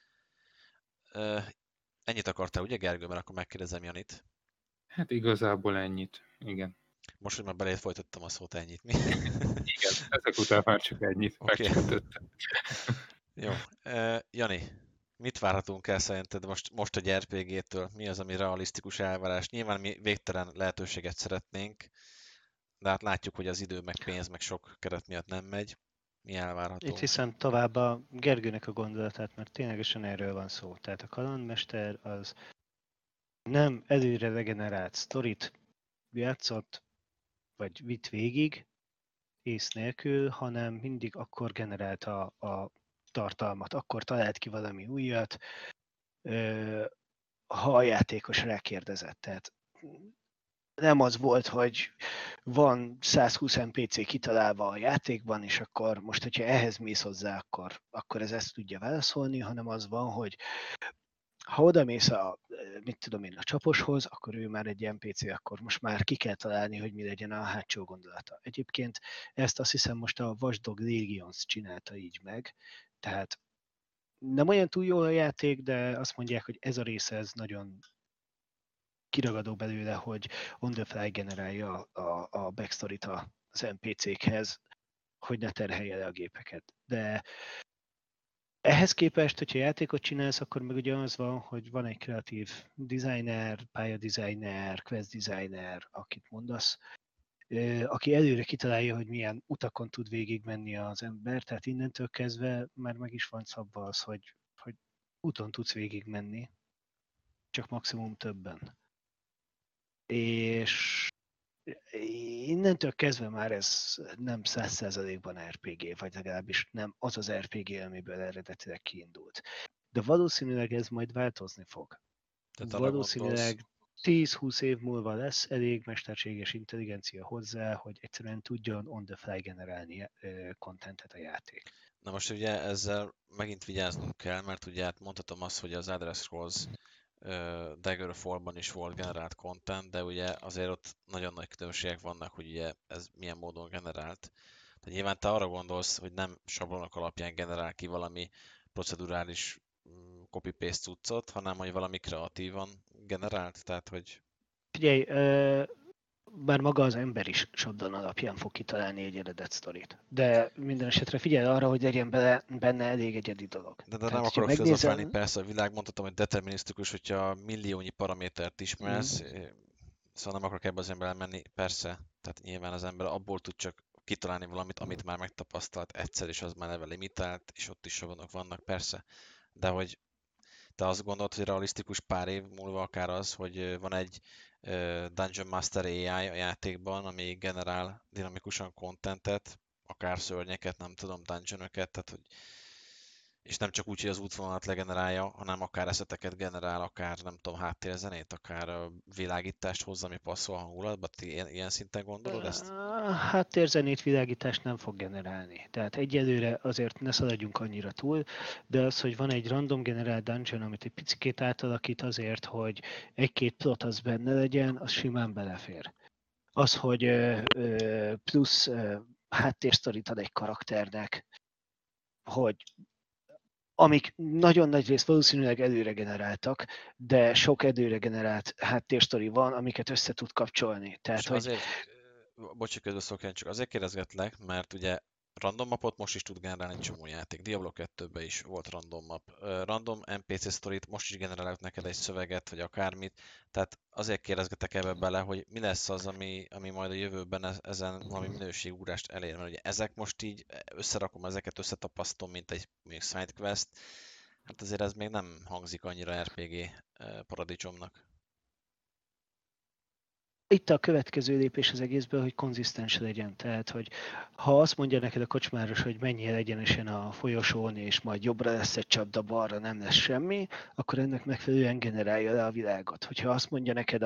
S1: Ennyit akartál, ugye Gergő, mert akkor megkérdezem Janit.
S3: Hát igazából ennyit, igen.
S1: Most, hogy már beléd folytattam a szót, ennyit. Mi?
S3: Igen, ezek után már csak ennyit
S1: Oké.
S3: megcsöntöttem.
S1: Jó. Jani, mit várhatunk el szerinted most egy RPG-től? Mi az, ami realisztikus elvárás? Nyilván mi végtelen lehetőséget szeretnénk, de hát látjuk, hogy az idő, meg pénz, meg sok keret miatt nem megy. Mi elvárható?
S2: Itt hiszem tovább a Gergőnek a gondolatát, mert ténylegesen erről van szó. Tehát a kalandmester az nem előre regenerált sztorit játszott, vagy vitt végig, ész nélkül, hanem mindig akkor generálta a tartalmat, akkor talált ki valami újat, ha a játékos rákérdezett. Tehát nem az volt, hogy van 120 NPC kitalálva a játékban, és akkor most, hogyha ehhez mész hozzá, akkor ez ezt tudja válaszolni, hanem az van, hogy ha oda mész mit tudom én, a csaposhoz, akkor ő már egy NPC, akkor most már ki kell találni, hogy mi legyen a hátsó gondolata. Egyébként ezt azt hiszem most a Watch Dogs Legions csinálta így meg, tehát nem olyan túl jó a játék, de azt mondják, hogy ez a része ez nagyon kiragadó belőle, hogy on the fly generálja a backstory-t az NPC-khez, hogy ne terhelje le a gépeket. De ehhez képest, hogyha játékot csinálsz, akkor meg ugye az van, hogy van egy kreatív designer, pályadesigner, quest designer, akit mondasz, aki előre kitalálja, hogy milyen utakon tud végigmenni az ember, tehát innentől kezdve már meg is van szabva az, hogy úton tudsz végigmenni, csak maximum többen. És innentől kezdve már ez nem 100%-ban RPG, vagy legalábbis nem az az RPG, amiből eredetileg kiindult. De valószínűleg ez majd változni fog.
S1: Tehát arra gondolsz,
S2: Valószínűleg 10-20 év múlva lesz elég mesterséges intelligencia hozzá, hogy egyszerűen tudjon on the fly generálni contentet a játék.
S1: na most ugye ezzel megint vigyáznunk kell, mert ugye hát mondhatom azt, hogy az Elder Scrolls Daggerfallban is volt generált content, de ugye azért ott nagyon nagy különbségek vannak, hogy ugye ez milyen módon generált. Tehát nyilván te arra gondolsz, hogy nem sablonok alapján generál ki valami procedurális copy-paste cuccot, hanem hogy valami kreatívan generált, tehát hogy...
S2: Figyelj, bár maga az ember is sablon alapján fog kitalálni egy eredet sztorit. De minden esetre figyelj arra, hogy legyen benne elég egyedi dolog.
S1: De
S2: Tehát,
S1: nem
S2: ha
S1: akarok
S2: megnézem-
S1: filozofálni, persze a világ, mondhatom, hogy determinisztikus, hogyha milliónyi paramétert ismersz, szóval nem akarok ebbe az emberre menni, persze, tehát nyilván az ember abból tud csak kitalálni valamit, amit már megtapasztalt egyszer, és az már neve limitált, és ott is sablonok vannak, persze, de hogy te azt gondolod, hogy realisztikus pár év múlva akár az, hogy van egy Dungeon Master AI a játékban, ami generál dinamikusan contentet, akár szörnyeket, nem tudom, dungeonöket, tehát hogy és nem csak úgy, hogy az útvonalat legenerálja, hanem akár eszeteket generál, akár nem tudom, háttérzenét, akár világítást hozza, ami passzol a hangulatba. Ti ilyen szinten gondolod ezt?
S2: Háttérzenét, világítást nem fog generálni. Tehát egyelőre azért ne szaladjunk annyira túl, de az, hogy van egy random generált dungeon, amit egy picit átalakít azért, hogy egy-két plot az benne legyen, az simán belefér. Az, hogy plusz háttérsztorit ad egy karakternek, hogy amik nagyon nagy rész valószínűleg előre generáltak, de sok előre generált háttérsztori van, amiket össze tud kapcsolni. Tehát,
S1: És
S2: hogy
S1: azért, bocsi, közbeszólok, csak azért kérdezgetlek, mert ugye random mapot most is tud generálni egy csomó játék. Diablo 2-ben is volt random map. Random NPC sztorit most is generálok neked egy szöveget, vagy akármit. Tehát azért kérdezgetek ebbe bele, hogy mi lesz az, ami majd a jövőben ezen valami minőségugrást elér. Mert ugye ezek most így összerakom, ezeket összetapasztom, mint egy mondjuk sidequest. Hát azért ez még nem hangzik annyira RPG paradicsomnak.
S2: itt a következő lépés az egészből, hogy konzisztens legyen. Tehát, hogy ha azt mondja neked a kocsmáros, hogy menjél egyenesen a folyosón, és majd jobbra lesz egy csapda, balra nem lesz semmi, akkor ennek megfelelően generálja le a világot. Hogyha azt mondja neked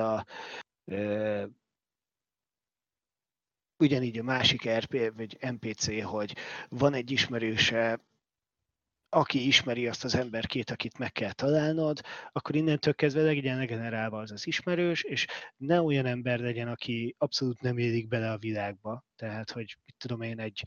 S2: ugyanígy a másik RP vagy NPC, hogy van egy ismerőse, aki ismeri azt az emberkét, akit meg kell találnod, akkor innentől kezdve legyen generálva az ismerős, és ne olyan ember legyen, aki abszolút nem érik bele a világba. Tehát, hogy mit tudom én, egy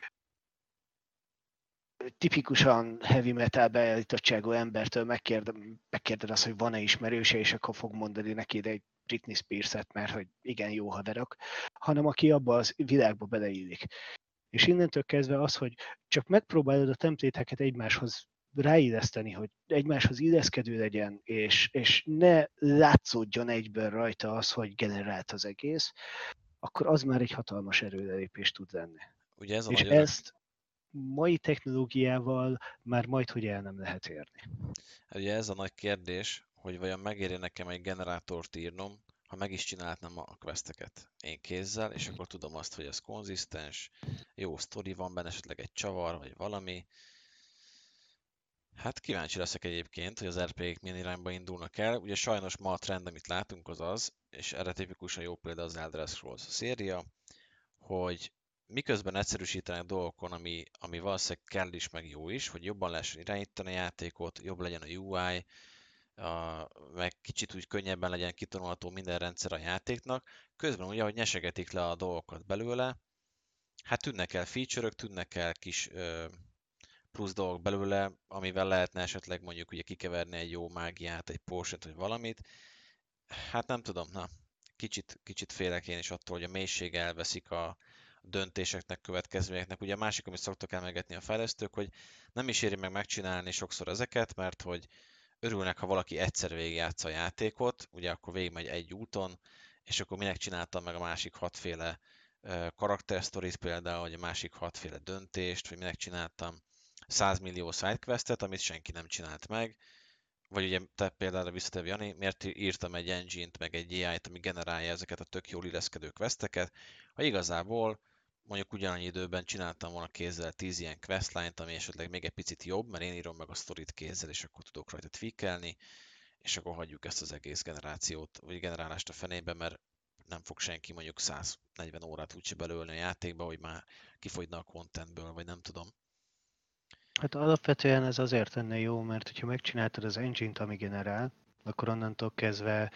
S2: tipikusan heavy metal beállítottságú embertől megkérded azt, hogy van-e ismerőse, és akkor fog mondani neki egy Britney Spears-et, mert hogy igen, jó haverok, hanem aki abba az világba beleillik. És innentől kezdve az, hogy csak megpróbálod a templéteket egymáshoz ráilleszteni, hogy egymáshoz illeszkedő legyen, és ne látszódjon egyből rajta az, hogy generált az egész, akkor az már egy hatalmas erőlelépés tud lenni.
S1: Ugye ez a
S2: És
S1: nagy örök...
S2: ezt mai technológiával már majdhogy el nem lehet érni.
S1: Ugye ez a nagy kérdés, hogy vajon megéri nekem egy generátort írnom, ha meg is csináltam a questeket én kézzel, és akkor tudom azt, hogy ez konzisztens, jó sztori van benne, esetleg egy csavar, vagy valami. Hát kíváncsi leszek egyébként, hogy az RPG-k milyen irányba indulnak el. Ugye sajnos ma a trend, amit látunk, az az, és erre tipikusan jó példa az Elder Scrolls széria, hogy miközben egyszerűsítenek dolgokon, ami valószínűleg kell is, meg jó is, hogy jobban lehessen irányítani a játékot, jobb legyen a UI, meg kicsit úgy könnyebben legyen kitanulható minden rendszer a játéknak, közben ugye, hogy nyesegetik le a dolgokat belőle, hát tűnnek el feature-ök, tűnnek el kis plusz dolgok belőle, amivel lehetne esetleg mondjuk ugye kikeverni egy jó mágiát, egy potion vagy valamit. Hát nem tudom, na, kicsit félek én is attól, hogy a mélysége elveszik a döntéseknek, következményeknek. Ugye a másik, amit szoktak emlegetni a fejlesztők, hogy nem is éri meg megcsinálni sokszor ezeket, mert hogy örülnek, ha valaki egyszer végigjátsza a játékot, ugye akkor végigmegy egy úton, és akkor minek csináltam meg a másik hatféle karaktersztorit például, vagy a másik hatféle döntést, vagy minek csináltam 100 millió sidequestet, amit senki nem csinált meg, vagy ugye te például visszatérve Jani, miért írtam egy engine-t, meg egy AI-t, ami generálja ezeket a tök jól illeszkedő questeket, ha igazából mondjuk ugyanannyi időben csináltam volna kézzel 10 ilyen questline-t, ami esetleg még egy picit jobb, mert én írom meg a sztorit kézzel, és akkor tudok rajta tweakelni, és akkor hagyjuk ezt az egész generációt, vagy generálást a fenébe, mert nem fog senki mondjuk 140 órát úgyse belőlni a játékba, hogy már kifogyna a contentből, vagy nem tudom.
S2: Hát alapvetően ez azért lenne jó, mert hogyha megcsináltad az engine-t, ami generál, akkor onnantól kezdve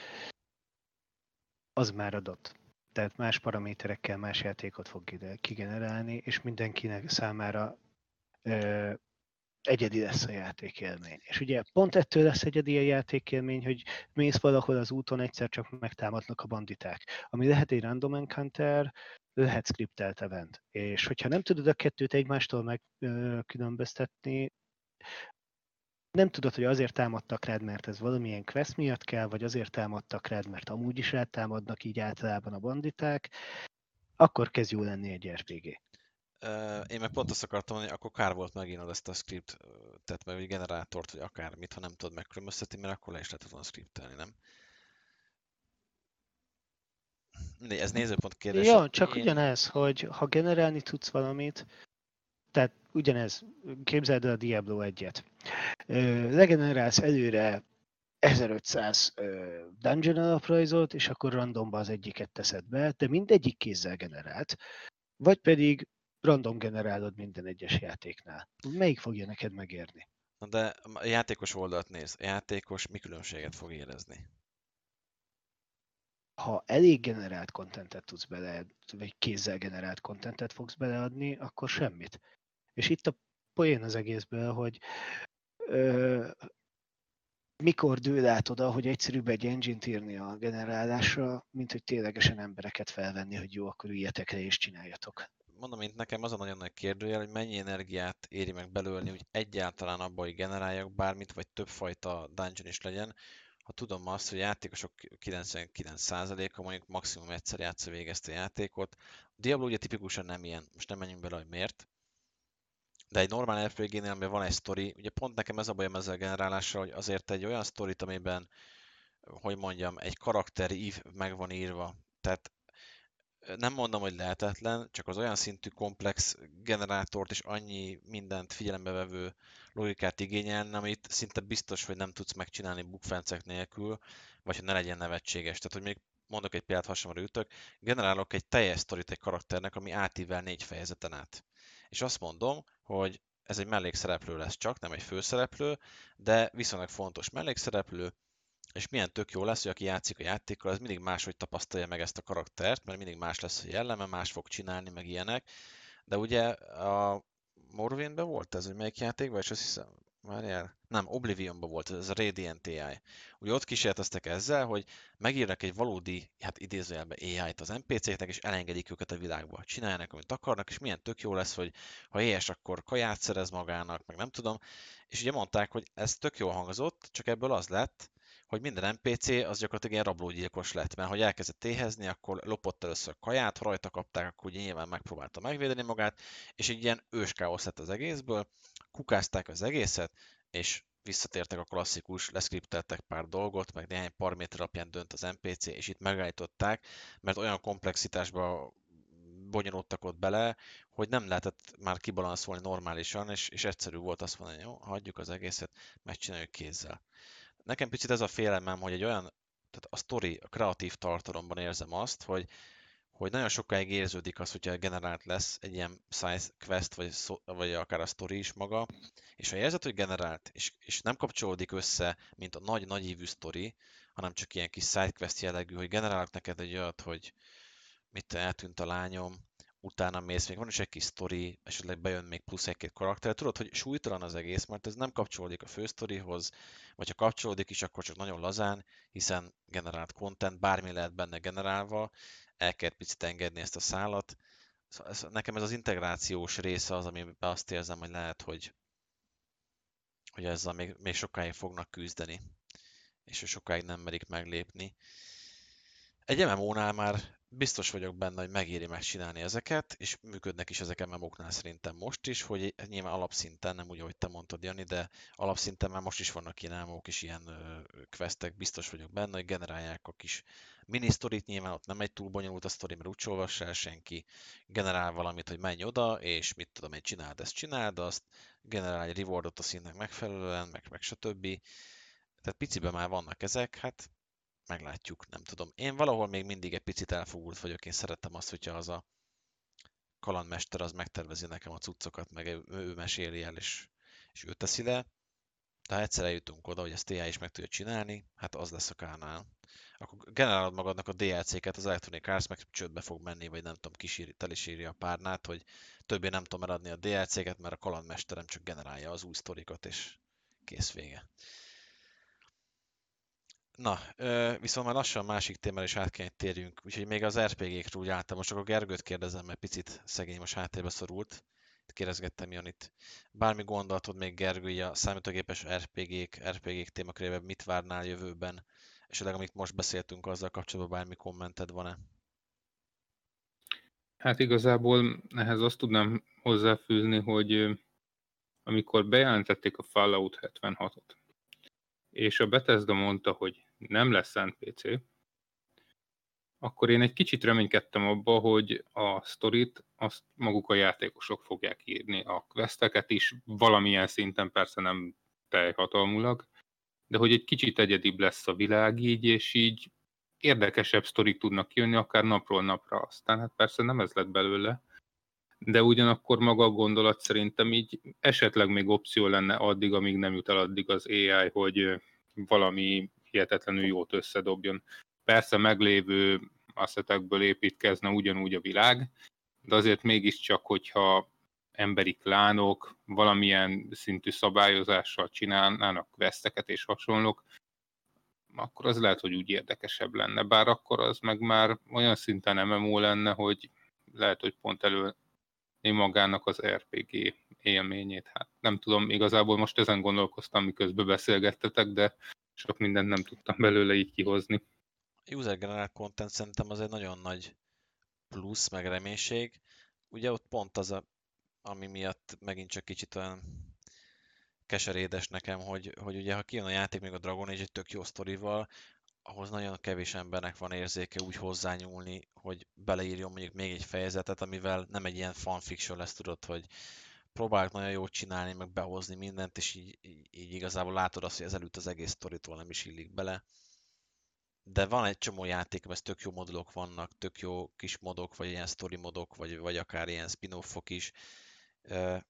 S2: az már adott. Tehát más paraméterekkel más játékot fog kigenerálni, és mindenkinek számára ö, egyedi lesz a játékélmény. És ugye pont ettől lesz egyedi a játékélmény, hogy mész valahol az úton, egyszer csak megtámadnak a banditák. Ami lehet egy random encounter, lehet scriptelt event. És hogyha nem tudod a kettőt egymástól megkülönböztetni, nem tudod, hogy azért támadtak rád, mert ez valamilyen quest miatt kell, vagy azért támadtak rád, mert amúgy is rád támadnak így általában a banditák, akkor kezd jó lenni egy RPG.
S1: Én meg pont azt akartam mondani, akkor kár volt megírnod ezt a scriptet, vagy generátort, vagy akármit, ha nem tudod megkülönböztetni, mert akkor le is lehetett volna scriptelni, nem? Ez nézőpont kérdése.
S2: Ja, csak ugyanez, hogy ha generálni tudsz valamit, tehát ugyanez, képzeld el a Diablo 1-et. Legenerálsz előre 1500 dungeon alaprajzot, és akkor randomba az egyiket teszed be, de mindegyik kézzel generált, vagy pedig random generálod minden egyes játéknál. Melyik fogja neked megérni?
S1: Na de a játékos oldalt néz. A játékos mi különbséget fog érezni?
S2: Ha elég generált contentet tudsz bele, vagy kézzel generált contentet fogsz beleadni, akkor semmit. És itt a poén az egészből, hogy mikor dől át oda, hogy egyszerűbb egy engine-t írni a generálásra, mint hogy ténylegesen embereket felvenni, hogy jó, akkor üljetek le és csináljatok.
S1: Mondom, mint nekem az a nagyon nagy kérdőjel, hogy mennyi energiát éri meg belőlni, hogy egyáltalán abba, hogy generáljak bármit, vagy többfajta dungeon is legyen, ha tudom azt, hogy a játékosok 99%-a mondjuk maximum egyszer játsza végig ezt a játékot. A Diablo ugye tipikusan nem ilyen, most nem menjünk bele, hogy miért. De egy normál RPG-nél, amiben van egy sztori, ugye pont nekem ez a bajom ezzel a generálással, hogy azért egy olyan sztorit, amiben, hogy mondjam, egy karakter ív meg van írva, tehát nem mondom, hogy lehetetlen, csak az olyan szintű komplex generátort és annyi mindent figyelembe vevő logikát igényelne, amit szinte biztos, hogy nem tudsz megcsinálni bukfencek nélkül, vagy hogy ne legyen nevetséges. Tehát, hogy még mondok egy példát, hasonlóra ütök, generálok egy teljes sztorit egy karakternek, ami átível 4 fejezeten át. És azt mondom, hogy ez egy mellékszereplő lesz csak, nem egy főszereplő, de viszonylag fontos mellékszereplő, és milyen tök jó lesz, hogy aki játszik a játékkal, az mindig máshogy tapasztalja meg ezt a karaktert, mert mindig más lesz a jelleme, más fog csinálni, meg ilyenek. De ugye a Morrowindben volt ez, hogy melyik játék, vagy azt hiszem, várjál, nem, Oblivionban volt ez a Radiant AI. Ugye ott kísérleteztek ezzel, hogy megírnak egy valódi, hát idézőjelben AI-t az NPC-knek, és elengedik őket a világba. Csinálják, amit akarnak, és milyen tök jó lesz, hogy ha éhes, akkor kaját szerez magának, meg nem tudom. És ugye mondták, hogy ez tök jól hangzott, csak ebből az lett, hogy minden NPC az gyakorlatilag ilyen rablógyilkos lett, mert hogy elkezdett éhezni, akkor lopott először kaját, ha rajta kapták, akkor ugye nyilván megpróbálta megvédeni magát, és egy ilyen őskáosz lett az egészből, kukázták az egészet, és visszatértek a klasszikus, leszkripteltek pár dolgot, meg néhány paraméter alapján dönt az NPC, és itt megállították, mert olyan komplexitásba bonyolódtak ott bele, hogy nem lehetett már kibalanszolni normálisan, és egyszerű volt azt mondani, jó, hagyjuk az egészet, megcsináljuk kézzel. Nekem picit ez a félelmem, hogy egy olyan, tehát a story, a kreatív tartalomban érzem azt, hogy nagyon sokáig érződik az, hogyha generált lesz egy ilyen side quest, vagy akár a story is maga, és ha érzed, hogy generált, és nem kapcsolódik össze, mint a nagy ívű story, hanem csak ilyen kis side quest jellegű, hogy generálok neked egy olyat, hogy mit eltűnt a lányom, utána mész, még van is egy kis sztori, esetleg bejön még plusz egy-két karakter. Tudod, hogy súlytalan az egész, mert ez nem kapcsolódik a fősztorihoz, vagy ha kapcsolódik is, akkor csak nagyon lazán, hiszen generált content, bármi lehet benne generálva, el kell picit engedni ezt a szálat. Szóval nekem ez az integrációs része az, amiben azt érzem, hogy lehet, hogy ezzel még sokáig fognak küzdeni, és hogy sokáig nem merik meglépni. Egy MMO-nál már biztos vagyok benne, hogy megéri megcsinálni ezeket, és működnek is ezek MMO-knál szerintem most is, hogy nyilván alapszinten, nem úgy, ahogy te mondtad, Jani, de alapszinten már most is vannak ilyen MMO-k és ilyen questek, biztos vagyok benne, hogy generálják a kis mini-sztorit, nyilván ott nem egy túl bonyolult a sztori, mert úgy olvassa el senki, generál valamit, hogy menj oda, és mit tudom én, csináld azt, generál egy rewardot a színnek megfelelően, meg stb. Tehát piciben már vannak ezek, hát meglátjuk, nem tudom. Én valahol még mindig egy picit elfogult vagyok, én szerettem azt, hogyha az a kalandmester az megtervezi nekem a cuccokat, meg ő meséli el, és ő teszi le. De ha egyszer eljutunk oda, hogy ezt TA is meg tudja csinálni, hát az lesz a kárnál. Akkor generálod magadnak a DLC-ket, az Electronic Arts meg csődbe fog menni, vagy nem tudom, telisírja a párnát, hogy többé nem tudom eladni a DLC-ket, mert a kalandmesterem csak generálja az új sztorikat, és kész vége. Na, viszont már lassan másik témára is át kell, hogy térjünk, úgyhogy még az RPG-kről úgy álltam. Most akkor Gergőt kérdezem, mert picit szegény most háttérbe szorult. Kérdezgettem Janit. Bármi gondolatod még, Gergő, a számítógépes RPG-k témakörében mit várnál jövőben? Esetleg amit most beszéltünk, azzal kapcsolatban bármi kommented van-e?
S3: Hát igazából ehhez azt tudnám hozzáfűzni, hogy amikor bejelentették a Fallout 76-ot, és a Bethesda mondta, hogy nem lesz NPC, akkor én egy kicsit reménykedtem abba, hogy a sztorit azt maguk a játékosok fogják írni, a questeket is, valamilyen szinten, persze nem teljhatalmulag, de hogy egy kicsit egyedibb lesz a világ így, és így érdekesebb sztorik tudnak jönni, akár napról napra. Aztán hát persze nem ez lett belőle, de ugyanakkor maga a gondolat szerintem így esetleg még opció lenne addig, amíg nem jut el addig az AI, hogy valami hihetetlenül jót összedobjon. Persze meglévő asszetekből építkezne ugyanúgy a világ, de azért mégiscsak, hogyha emberi klánok valamilyen szintű szabályozással csinálnának questeket és hasonlók, akkor az lehet, hogy úgy érdekesebb lenne. Bár akkor az meg már olyan szinten MMO lenne, hogy lehet, hogy pont elő magának az RPG élményét. Hát nem tudom, igazából most ezen gondolkoztam, miközben beszélgettetek, de sok mindent nem tudtam belőle így kihozni.
S1: User General Content szerintem az egy nagyon nagy plusz, meg reménység. Ugye ott pont az, ami miatt megint csak kicsit olyan keserédes nekem, hogy ugye ha kijön a játék még a Dragon Age egy tök jó sztorival, ahhoz nagyon kevés embernek van érzéke úgy hozzányúlni, hogy beleírjon mondjuk még egy fejezetet, amivel nem egy ilyen fanfiction lesz, tudod, hogy próbálják nagyon jót csinálni, meg behozni mindent, és így igazából látod azt, hogy ezelőtt az egész sztoritól nem is illik bele. De van egy csomó játék, ez tök jó modulok vannak, tök jó kis modok, vagy ilyen story modok, vagy akár ilyen spin-offok is.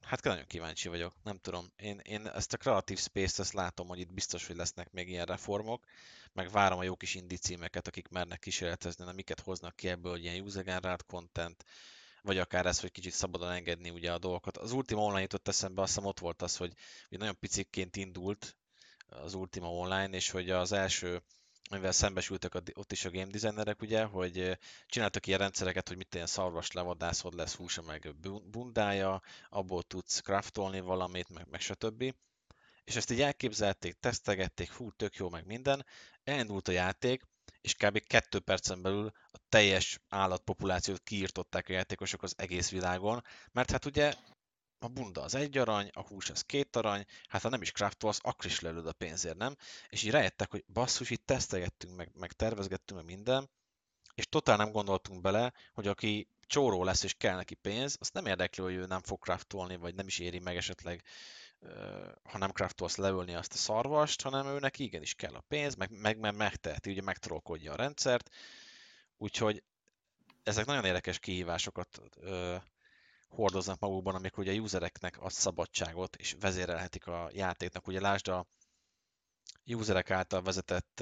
S1: Hát nagyon kíváncsi vagyok, nem tudom. Én ezt a Creative Space-t ezt látom, hogy itt biztos, hogy lesznek még ilyen reformok, meg várom a jó kis indie címeket, akik mernek kísérletezni, na miket hoznak ki ebből, hogy ilyen user-generált content, vagy akár ez, hogy kicsit szabadon engedni ugye a dolgokat. Az Ultima Online jutott eszembe, azt hiszem ott volt az, hogy nagyon picikként indult az Ultima Online, és hogy az első, amivel szembesültek ott is a game designerek, ugye, hogy csináltak ilyen rendszereket, hogy mit ilyen szarvas levadászod lesz húsa meg bundája, abból tudsz craftolni valamit, meg stb. És ezt így elképzelték, tesztelgették, fú, tök jó, meg minden. Elindult a játék, és kb. 2 percen belül a teljes állatpopulációt kiirtották a játékosok az egész világon, mert hát ugye a bunda az 1 arany, a hús az 2 arany, hát ha nem is craftolsz, akkor is lelőd a pénzért, nem? És így rájöttek, hogy basszus, itt tesztelgettünk, meg tervezgettünk, meg minden, és totál nem gondoltunk bele, hogy aki csóró lesz és kell neki pénz, azt nem érdekli, hogy ő nem fog craftolni, vagy nem is éri meg esetleg, ha nem craftolsz leölni azt a szarvast, hanem őnek igenis kell a pénz, meg megteheti, ugye megtrollkodja a rendszert, úgyhogy ezek nagyon érdekes kihívásokat hordoznak magukban, amikor ugye a usereknek ad szabadságot, és vezérelhetik a játéknak. Ugye lásd a userek által vezetett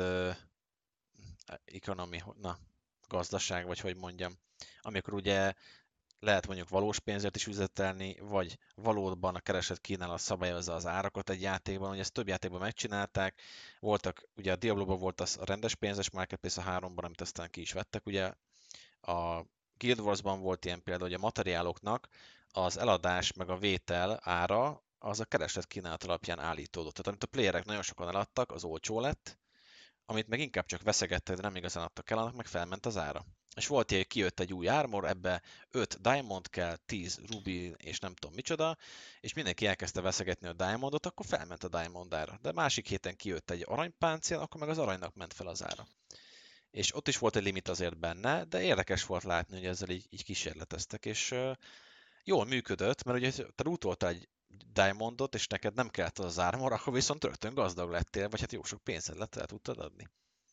S1: economy, gazdaság, vagy hogy mondjam, amikor ugye lehet mondjuk valós pénzért is üzletelni, vagy valóban a kereslet kínálat szabályozza az árakat egy játékban, ugye ezt több játékban megcsinálták, voltak, ugye a Diablo-ban volt az a rendes pénzes marketplace a 3-ban, amit aztán ki is vettek, ugye a Guild Wars-ban volt ilyen példa, hogy a materiáloknak az eladás meg a vétel ára az a kereslet kínálat alapján állítódott. Tehát amit a playerek nagyon sokan eladtak, az olcsó lett, amit meg inkább csak veszegettek, de nem igazán adtak el, annak meg felment az ára. És volt ilyen, hogy kijött egy új armor, ebbe 5 diamond kell, 10 ruby és nem tudom micsoda, és mindenki elkezdte veszegetni a diamondot, akkor felment a diamond ára. De másik héten kijött egy aranypáncél, akkor meg az aranynak ment fel az ára. És ott is volt egy limit azért benne, de érdekes volt látni, hogy ezzel így kísérleteztek, és jól működött, mert ugye te lootoltál egy diamondot, és neked nem kellett az armor, akkor viszont rögtön gazdag lettél, vagy hát jó sok pénzed lett, el tudtad adni.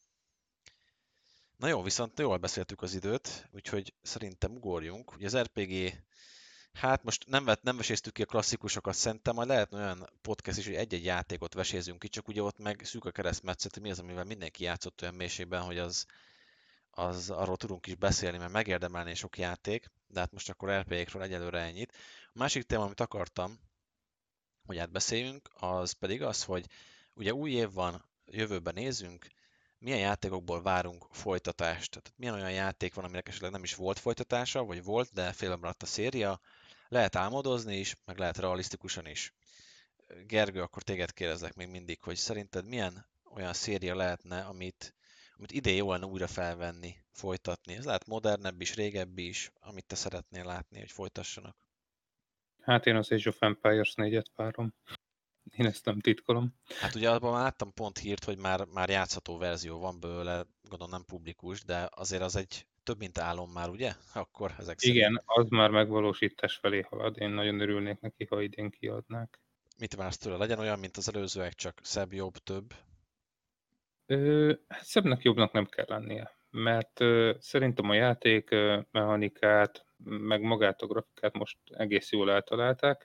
S1: Na jó, viszont jól beszéltük az időt, úgyhogy szerintem ugorjunk. Ugye az RPG, hát most nem veséztük ki a klasszikusokat, szerintem majd lehet olyan podcast is, hogy egy-egy játékot vesézünk ki, csak ugye ott meg szűk a keresztmetszet, hogy mi az, amivel mindenki játszott olyan mélységben, hogy az arról tudunk is beszélni, mert megérdemelné sok játék, de hát most akkor RPG-kről egyelőre ennyit. A másik téma, amit akartam, hogy átbeszéljünk, az pedig az, hogy ugye új év van, jövőben nézünk, milyen játékokból várunk folytatást. Tehát milyen olyan játék van, aminek esetleg nem is volt folytatása, vagy volt, de félbemaradt a széria. Lehet álmodozni is, meg lehet realisztikusan is. Gergő, akkor téged kérdezlek még mindig, hogy szerinted milyen olyan széria lehetne, amit idén jó lenne újra felvenni, folytatni. Ez lehet modernebb is, régebbi is, amit te szeretnél látni, hogy folytassanak.
S3: Hát én az Age of Empires 4-et várom. Én ezt nem titkolom.
S1: Hát ugye abban már láttam pont hírt, hogy már játszható verzió van belőle, gondolom nem publikus, de azért az egy több mint álom már, ugye? Akkor ezek szerint.
S3: Igen, az már megvalósítás felé halad. Én nagyon örülnék neki, ha idén kiadnák.
S1: Mit vársz tőle? Legyen olyan, mint az előzőek, csak szebb, jobb, több?
S3: Szebbnek jobbnak nem kell lennie, mert szerintem a játék mechanikát, meg magát a grafikát most egész jól eltalálták.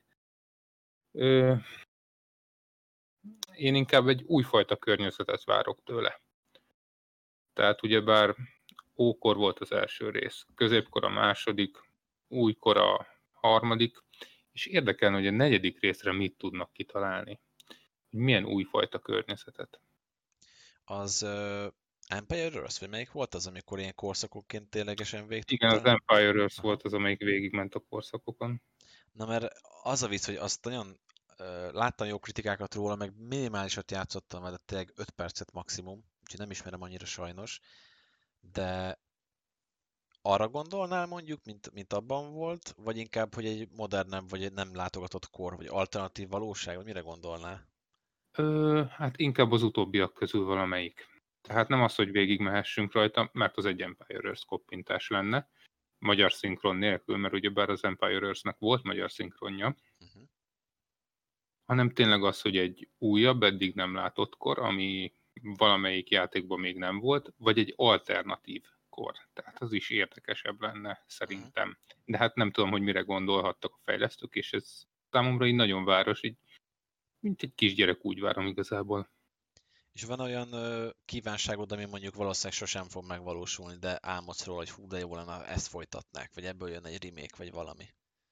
S3: Én inkább egy újfajta környezetet várok tőle. Tehát ugyebár ókor volt az első rész, középkor a második, újkor a harmadik, és érdekelne, hogy a negyedik részre mit tudnak kitalálni. Hogy milyen újfajta környezetet.
S1: Az Empire Earth, vagy melyik volt az, amikor ilyen korszakonként ténylegesen végig
S3: Igen, az
S1: tudta?
S3: Empire Earth
S1: Aha.
S3: volt az, amelyik végigment a korszakokon.
S1: Na mert az a vicc, hogy azt nagyon láttam jó kritikákat róla, meg minimálisat játszottam vele, tényleg 5 percet maximum, úgyhogy nem ismerem annyira sajnos, de arra gondolnál mondjuk, mint abban volt, vagy inkább, hogy egy modernebb, vagy egy nem látogatott kor, vagy alternatív valóság, vagy mire gondolnál?
S3: Hát inkább az utóbbiak közül valamelyik. Tehát nem az, hogy végigmehessünk rajta, mert az egy Empire Earth koppintás lenne, magyar szinkron nélkül, mert ugyebár az Empire Earth-nek volt magyar szinkronja, hanem tényleg az, hogy egy újabb, eddig nem látott kor, ami valamelyik játékban még nem volt, vagy egy alternatív kor. Tehát az is érdekesebb lenne szerintem. De hát nem tudom, hogy mire gondolhattak a fejlesztők, és ez számomra így nagyon város, így, mint egy kisgyerek úgy várom igazából.
S1: És van olyan kívánságod, ami mondjuk valószínűleg sosem fog megvalósulni, de álmodsz róla, hogy hú, de jó lenne, ha ezt folytatnák, vagy ebből jön egy remake, vagy valami.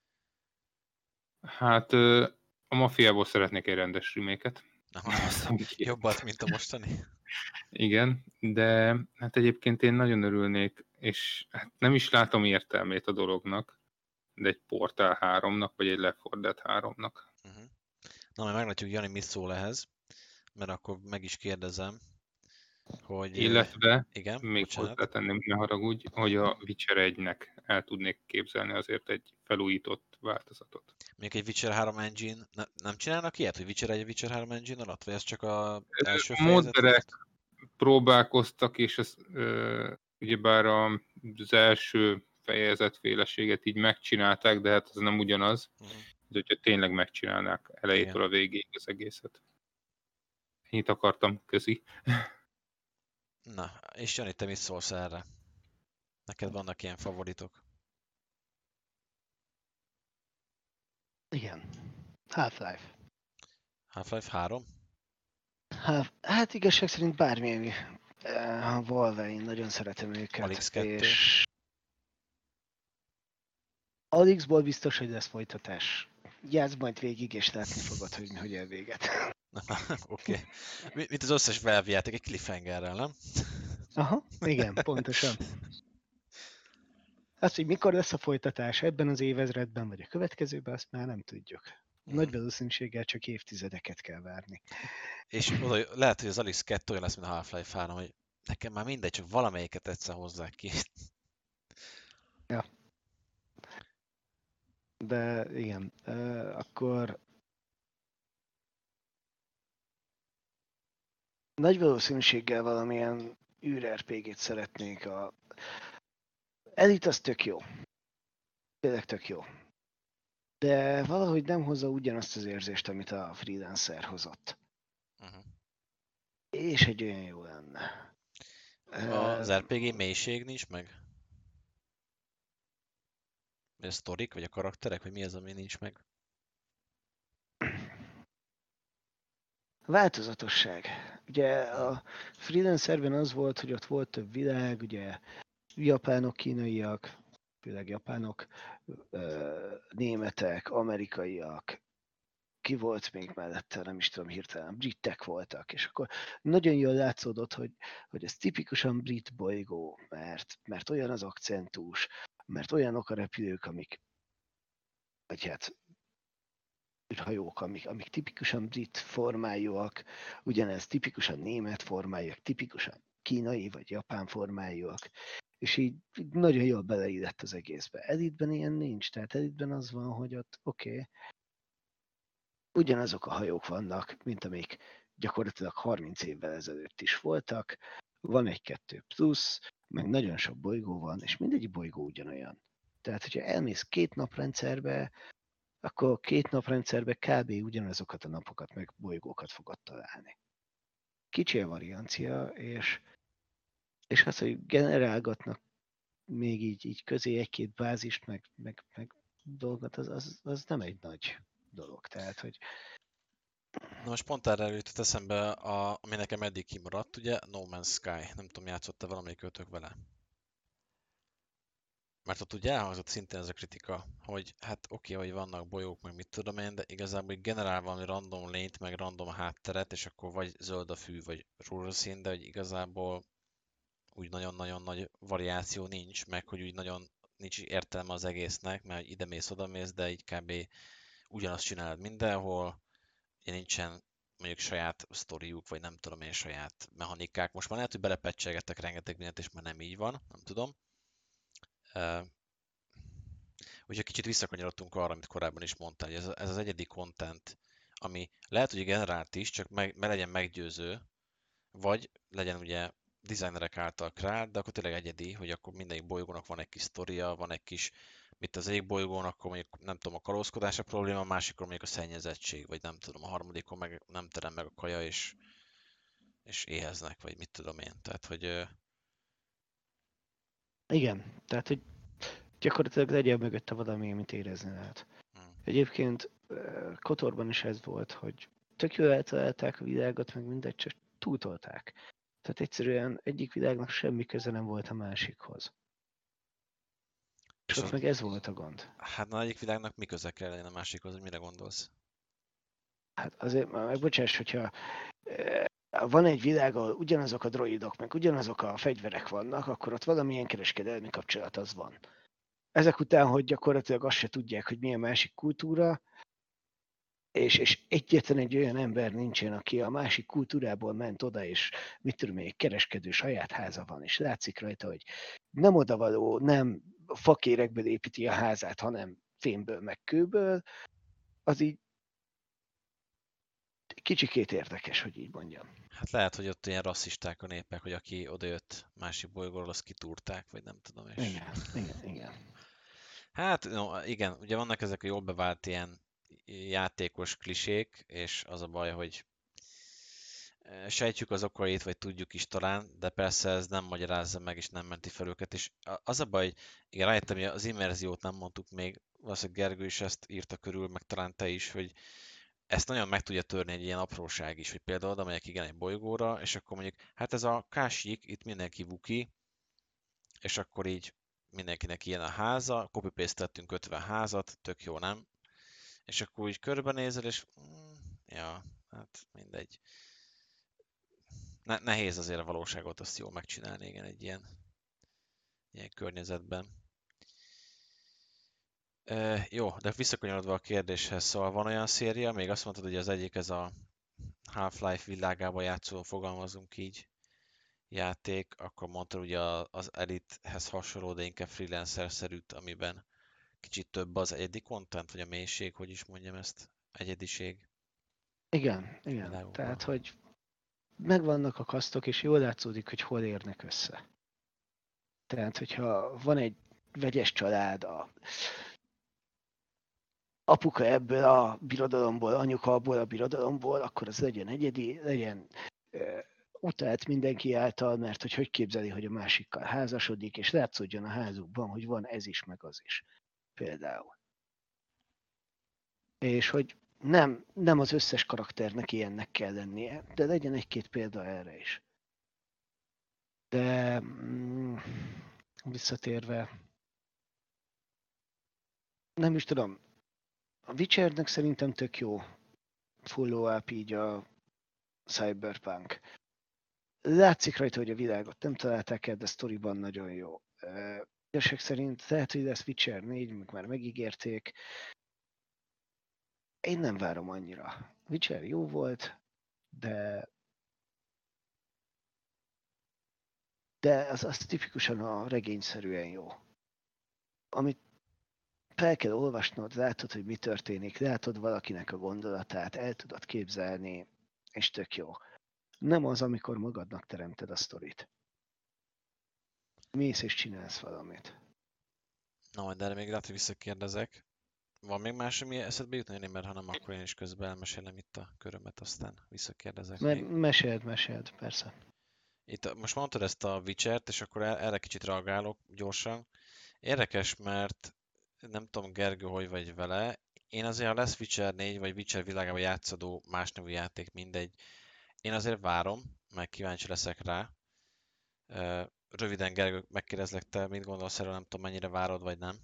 S3: Hát a Mafiából szeretnék egy rendes remake-et. Azt, ami kijött.
S1: Jobbat, mint a mostani.
S3: Igen, de hát egyébként én nagyon örülnék, és hát nem is látom értelmét a dolognak, de egy Portal 3-nak, vagy egy Left 4 Dead 3-nak.
S1: Na, majd meglátjuk, Jani mit szól ehhez, mert akkor meg is kérdezem, hogy...
S3: Illetve
S1: igen,
S3: még
S1: bocsánat.
S3: hozzátenném, ne haragudj, hogy a Witcher 1-nek el tudnék képzelni azért egy felújított változatot.
S1: Még egy Witcher 3 engine, nem csinálnak ilyet, hogy Witcher 1 egy Witcher 3 engine alatt, vagy ez csak az első fejezet
S3: Modderek
S1: volt?
S3: próbálkoztak, és ez, ugyebár az első fejezetféleséget így megcsinálták, de hát ez nem ugyanaz, de hogyha tényleg megcsinálnák elejétől a végéig az egészet. Ennyit akartam, közi.
S1: Na, és Jani, te mit szólsz erre? Neked vannak ilyen favoritok?
S2: Igen. Half-Life.
S1: Half-Life 3?
S2: Hát igazság szerint bármilyen a Wolverine, nagyon szeretem őket.
S1: Alyx 2?
S2: És Alyxból biztos, hogy lesz folytatás. Játsz majd végig, és látni fogod, hogy elvéget.
S1: Oké. Mint az összes Valve játék, egy cliffhangerrel, nem?
S2: Aha, igen, pontosan. Azt, hogy mikor lesz a folytatás ebben az évezredben, vagy a következőben, azt már nem tudjuk. Nagy valószínűséggel csak évtizedeket kell várni.
S1: És oda, lehet, hogy az Alyx 2 olyan lesz, mint a Half-Life 3, hogy nekem már mindegy, csak valamelyiket egyszer hozzák ki.
S2: Ja. De igen, akkor nagy valószínűséggel valamilyen űr-RPG-t szeretnék. A Elite az tök jó. Tényleg tök jó. De valahogy nem hozza ugyanazt az érzést, amit a Freelancer hozott. És egy olyan jó lenne.
S1: Az RPG mélység nincs meg? Vagy a sztorik, vagy a karakterek, vagy mi az, ami nincs meg?
S2: Változatosság. Ugye a Freelancerben az volt, hogy ott volt több világ, ugye japánok, kínaiak, főleg japánok, németek, amerikaiak, ki volt még mellette, nem is tudom hirtelen, britek voltak, és akkor nagyon jól látszódott, hogy ez tipikusan brit bolygó, mert olyan az akcentus, mert olyanok a repülők, amik, vagy hát űrhajók, amik tipikusan brit formájúak, ugyanez tipikusan német formájúak, tipikusan kínai vagy japán formájúak, és így nagyon jól beleillett az egészbe. Elitben ilyen nincs, tehát Elitben az van, hogy ott oké, ugyanazok a hajók vannak, mint amik gyakorlatilag 30 évvel ezelőtt is voltak, van egy-kettő plusz, meg nagyon sok bolygó van, és mindegyik bolygó ugyanolyan. Tehát, hogyha elmész 2 naprendszerbe, akkor 2 naprendszerbe kb. Ugyanazokat a napokat meg bolygókat fogod találni. Kicsi a variancia, és az, hogy generálgatnak még így közé egy-két bázist, meg dolgot, az nem egy nagy dolog. Tehát, hogy
S1: Na most pont erre jutott eszembe, ami nekem eddig kimaradt, ugye No Man's Sky. Nem tudom, játszott-e valamelyik kötök vele? Mert ott ugye elhangzott szintén ez a kritika, hogy hát oké, hogy vannak bolyók, meg mit tudom én, de igazából generál valami random lényt, meg random hátteret, és akkor vagy zöld a fű, vagy rózsaszín, de hogy igazából úgy nagyon-nagyon nagy variáció nincs, meg hogy úgy nagyon nincs értelme az egésznek, mert ide mész, oda mész, de így kb. Ugyanazt csinálod mindenhol, nincsen mondjuk saját sztoriuk, vagy nem tudom én, saját mechanikák. Most már lehet, hogy belepecselgettek rengeteg mindent, és már nem így van, nem tudom. Úgyhogy kicsit visszakanyarodtunk arra, amit korábban is mondtál, hogy ez az egyedi content, ami lehet, hogy generált is, csak legyen meggyőző, vagy legyen ugye designerek által kreált, de akkor tényleg egyedi, hogy akkor mindegyik bolygónak van egy kis sztoria, van egy kis, mit az egyik bolygón, akkor mondjuk nem tudom, a kalózkodás a probléma, a másikon mondjuk a szennyezettség, vagy nem tudom, a harmadikon meg nem terem meg a kaja, és éheznek, vagy mit tudom én. Tehát, hogy...
S2: igen, tehát, hogy gyakorlatilag legyen mögötte valami, amit érezni lehet. Egyébként Kotorban is ez volt, hogy tök jól eltalálták a világot, meg mindegy, csak túltolták. Tehát egyszerűen egyik világnak semmi köze nem volt a másikhoz. És
S1: És
S2: ott meg ez volt a gond.
S1: hát na egyik világnak mi köze kell legyen a másikhoz, hogy mire gondolsz?
S2: Hát azért, meg bocsáss, hogyha van egy világ, ahol ugyanazok a droidok, meg ugyanazok a fegyverek vannak, akkor ott valamilyen kereskedelmi kapcsolat az van. Ezek után, hogy gyakorlatilag azt se tudják, hogy milyen másik kultúra, és egyetlen egy olyan ember nincsen, aki a másik kultúrából ment oda, és mit tudom én, egy kereskedő saját háza van, és látszik rajta, hogy nem odavaló, nem fakérekből építi a házát, hanem fémből, meg kőből, az így kicsikét érdekes, hogy így mondjam.
S1: Hát lehet, hogy ott ilyen rasszisták a népek, hogy aki odajött másik bolygóról, azt kitúrták, vagy nem tudom, és...
S2: Igen.
S1: Hát, no, igen, ugye vannak ezek a jól bevált ilyen játékos klisék, és az a baj, hogy sejtjük az okait, vagy tudjuk is talán, de persze ez nem magyarázza meg, és nem menti fel őket, és az a baj, hogy igen, rájöttem, hogy az immerziót nem mondtuk még, valószínűleg Gergő is ezt írta körül, meg talán te is, hogy ezt nagyon meg tudja törni egy ilyen apróság is, hogy például oda megyek igen egy bolygóra, és akkor mondjuk, hát ez a Kashyyyk, itt mindenki Wookie, és akkor így mindenkinek ilyen a háza, copy-paste-tettünk 50 házat, tök jó, nem? És akkor úgy körbenézel, és ja, hát mindegy. Nehéz azért a valóságot azt jól megcsinálni, igen, egy ilyen környezetben. Jó, de visszakanyarodva a kérdéshez, szóval van olyan széria, még azt mondtad, hogy az egyik ez a Half-Life világában játszó, fogalmazunk így, játék, akkor mondtad ugye az Elite-hez hasonló, de inkább freelancer-szerűt, amiben kicsit több az egyedi content, vagy a mélység, hogy is mondjam ezt, egyediség
S2: Igen.
S1: világokban.
S2: Tehát, hogy megvannak a kasztok, és jól látszódik, hogy hol érnek össze. Tehát, hogyha van egy vegyes család, apuka ebből a birodalomból, anyuka abból a birodalomból, akkor az legyen egyedi, legyen utált mindenki által, mert hogy képzeli, hogy a másikkal házasodik, és látszódjon a házukban, hogy van ez is, meg az is. Például. És hogy nem az összes karakternek ilyennek kell lennie, de legyen egy-két példa erre is. De visszatérve, nem is tudom, a Witchernek szerintem tök jó follow-up így a Cyberpunk. Látszik rajta, hogy a világot nem találták el, de sztoriban nagyon jó. Igazság szerint lehet, hogy lesz Witcher 4, meg már megígérték. Én nem várom annyira. Witcher jó volt, de az tipikusan a regényszerűen jó. Amit fel kell olvasnod, látod, hogy mi történik, látod valakinek a gondolatát, el tudod képzelni, és tök jó. Nem az, amikor magadnak teremted a sztorit. Mész és csinálsz valamit.
S1: Na, majd erre még lehet, hogy visszakérdezek. Van még más, ami eszedbe jutna, Jani? Mert ha nem, akkor én is közben elmesélem itt a körömet, aztán visszakérdezek még.
S2: Meséld, persze.
S1: Itt most mondtad ezt a Witcher-t, és akkor erre kicsit reagálok gyorsan. Érdekes, mert nem tudom, Gergő, hogy vagy vele. Én azért, ha lesz Witcher 4, vagy Witcher világában játszadó más nevű játék, mindegy. Én azért várom, meg kíváncsi leszek rá. Röviden, Gergő, megkérdezlek, te mit gondolsz erről, nem tudom, mennyire várod, vagy nem?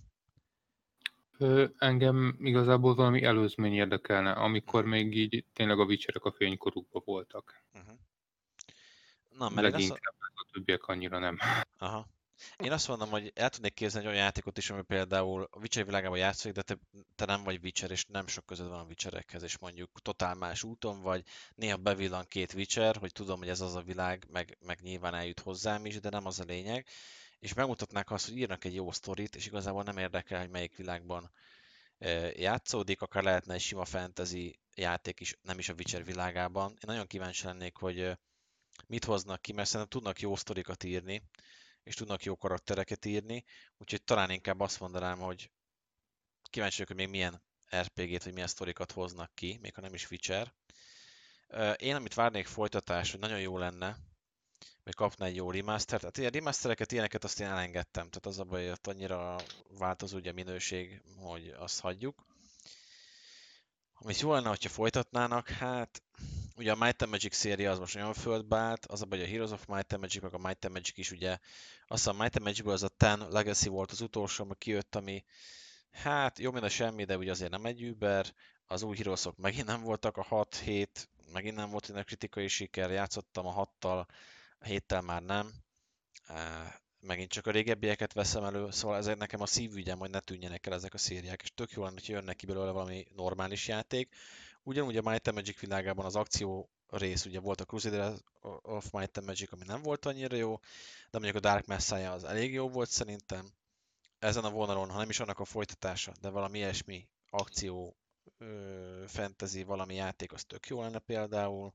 S3: Engem igazából valami előzmény érdekelne, amikor még így tényleg a Witcherek a fénykorukban voltak.
S1: Na, mert én
S3: Leginkább a többiek annyira nem.
S1: Aha. Én azt mondom, hogy el tudnék képzelni egy olyan játékot is, ami például a Witcher világában játszik, de te nem vagy Witcher, és nem sok között van a Witcherekhez, és mondjuk totál más úton vagy, néha bevillan két Witcher, hogy tudom, hogy ez az a világ, meg nyilván eljut hozzám is, de nem az a lényeg. És megmutatnák azt, hogy írnak egy jó sztorit, és igazából nem érdekel, hogy melyik világban játszódik, akár lehetne egy sima fantasy játék is, nem is a Witcher világában. Én nagyon kíváncsi lennék, hogy mit hoznak ki, mert szerintem tudnak jó sztorikat írni, és tudnak jó karaktereket írni, úgyhogy talán inkább azt mondanám, hogy kíváncsi vagyok, hogy még milyen RPG-t, vagy milyen sztorikat hoznak ki, még ha nem is Witcher. Én, amit várnék folytatás, hogy nagyon jó lenne, hogy kapna egy jó remastert. Hát ilyen remastereket, ilyeneket azt én elengedtem, tehát az a baj, hogy ott annyira változó ugye a minőség, hogy azt hagyjuk. Amit jó lenne, hogyha folytatnának, hát ugye a Might and Magic széria az most nagyon földbe állt, az a baj, hogy a Heroes of Might and Magic, meg a Might and Magic is ugye, azt hiszem a Might and Magicből az a 10 Legacy volt az utolsó, ami kijött, ami hát jó, mint a semmi, de ugye azért nem egy Uber, az új Heroesok megint nem voltak, a 6-7 megint nem volt olyan kritikai siker, játszottam a 6-tal, a 7-tel már nem. Megint csak a régebbieket veszem elő, szóval ezért nekem a szívügyem, hogy ne tűnjenek el ezek a szériák, és tök jó lenne, hogy jönnek ki belőle valami normális játék. Ugyanúgy a Might and Magic világában az akció rész, ugye volt a Crusader of Might and Magic, ami nem volt annyira jó, de mondjuk a Dark Messiah az elég jó volt szerintem. Ezen a vonalon, ha nem is annak a folytatása, de valami ilyesmi akció, fantasy, valami játék, az tök jó lenne például.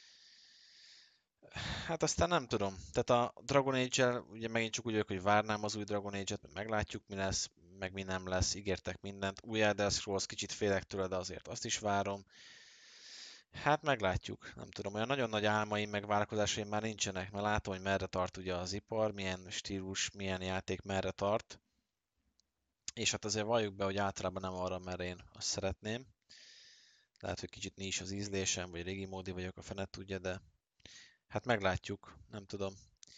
S1: Hát aztán nem tudom. Tehát a Dragon Age-el ugye megint csak úgy vagyok, hogy várnám az új Dragon Age-et, meglátjuk mi lesz, meg mi nem lesz, ígértek mindent. Új Elder Scrolls, kicsit félek tőle, de azért azt is várom. Hát meglátjuk, nem tudom, olyan nagyon nagy álmaim, meg várakozásaim már nincsenek, mert látom, hogy merre tart ugye az ipar, milyen stílus, milyen játék merre tart. És hát azért valljuk be, hogy általában nem arra, mert én azt szeretném. Lehet, hogy kicsit nincs az ízlésem, vagy régi módi vagyok, a fene tudja, de hát meglátjuk, nem tudom.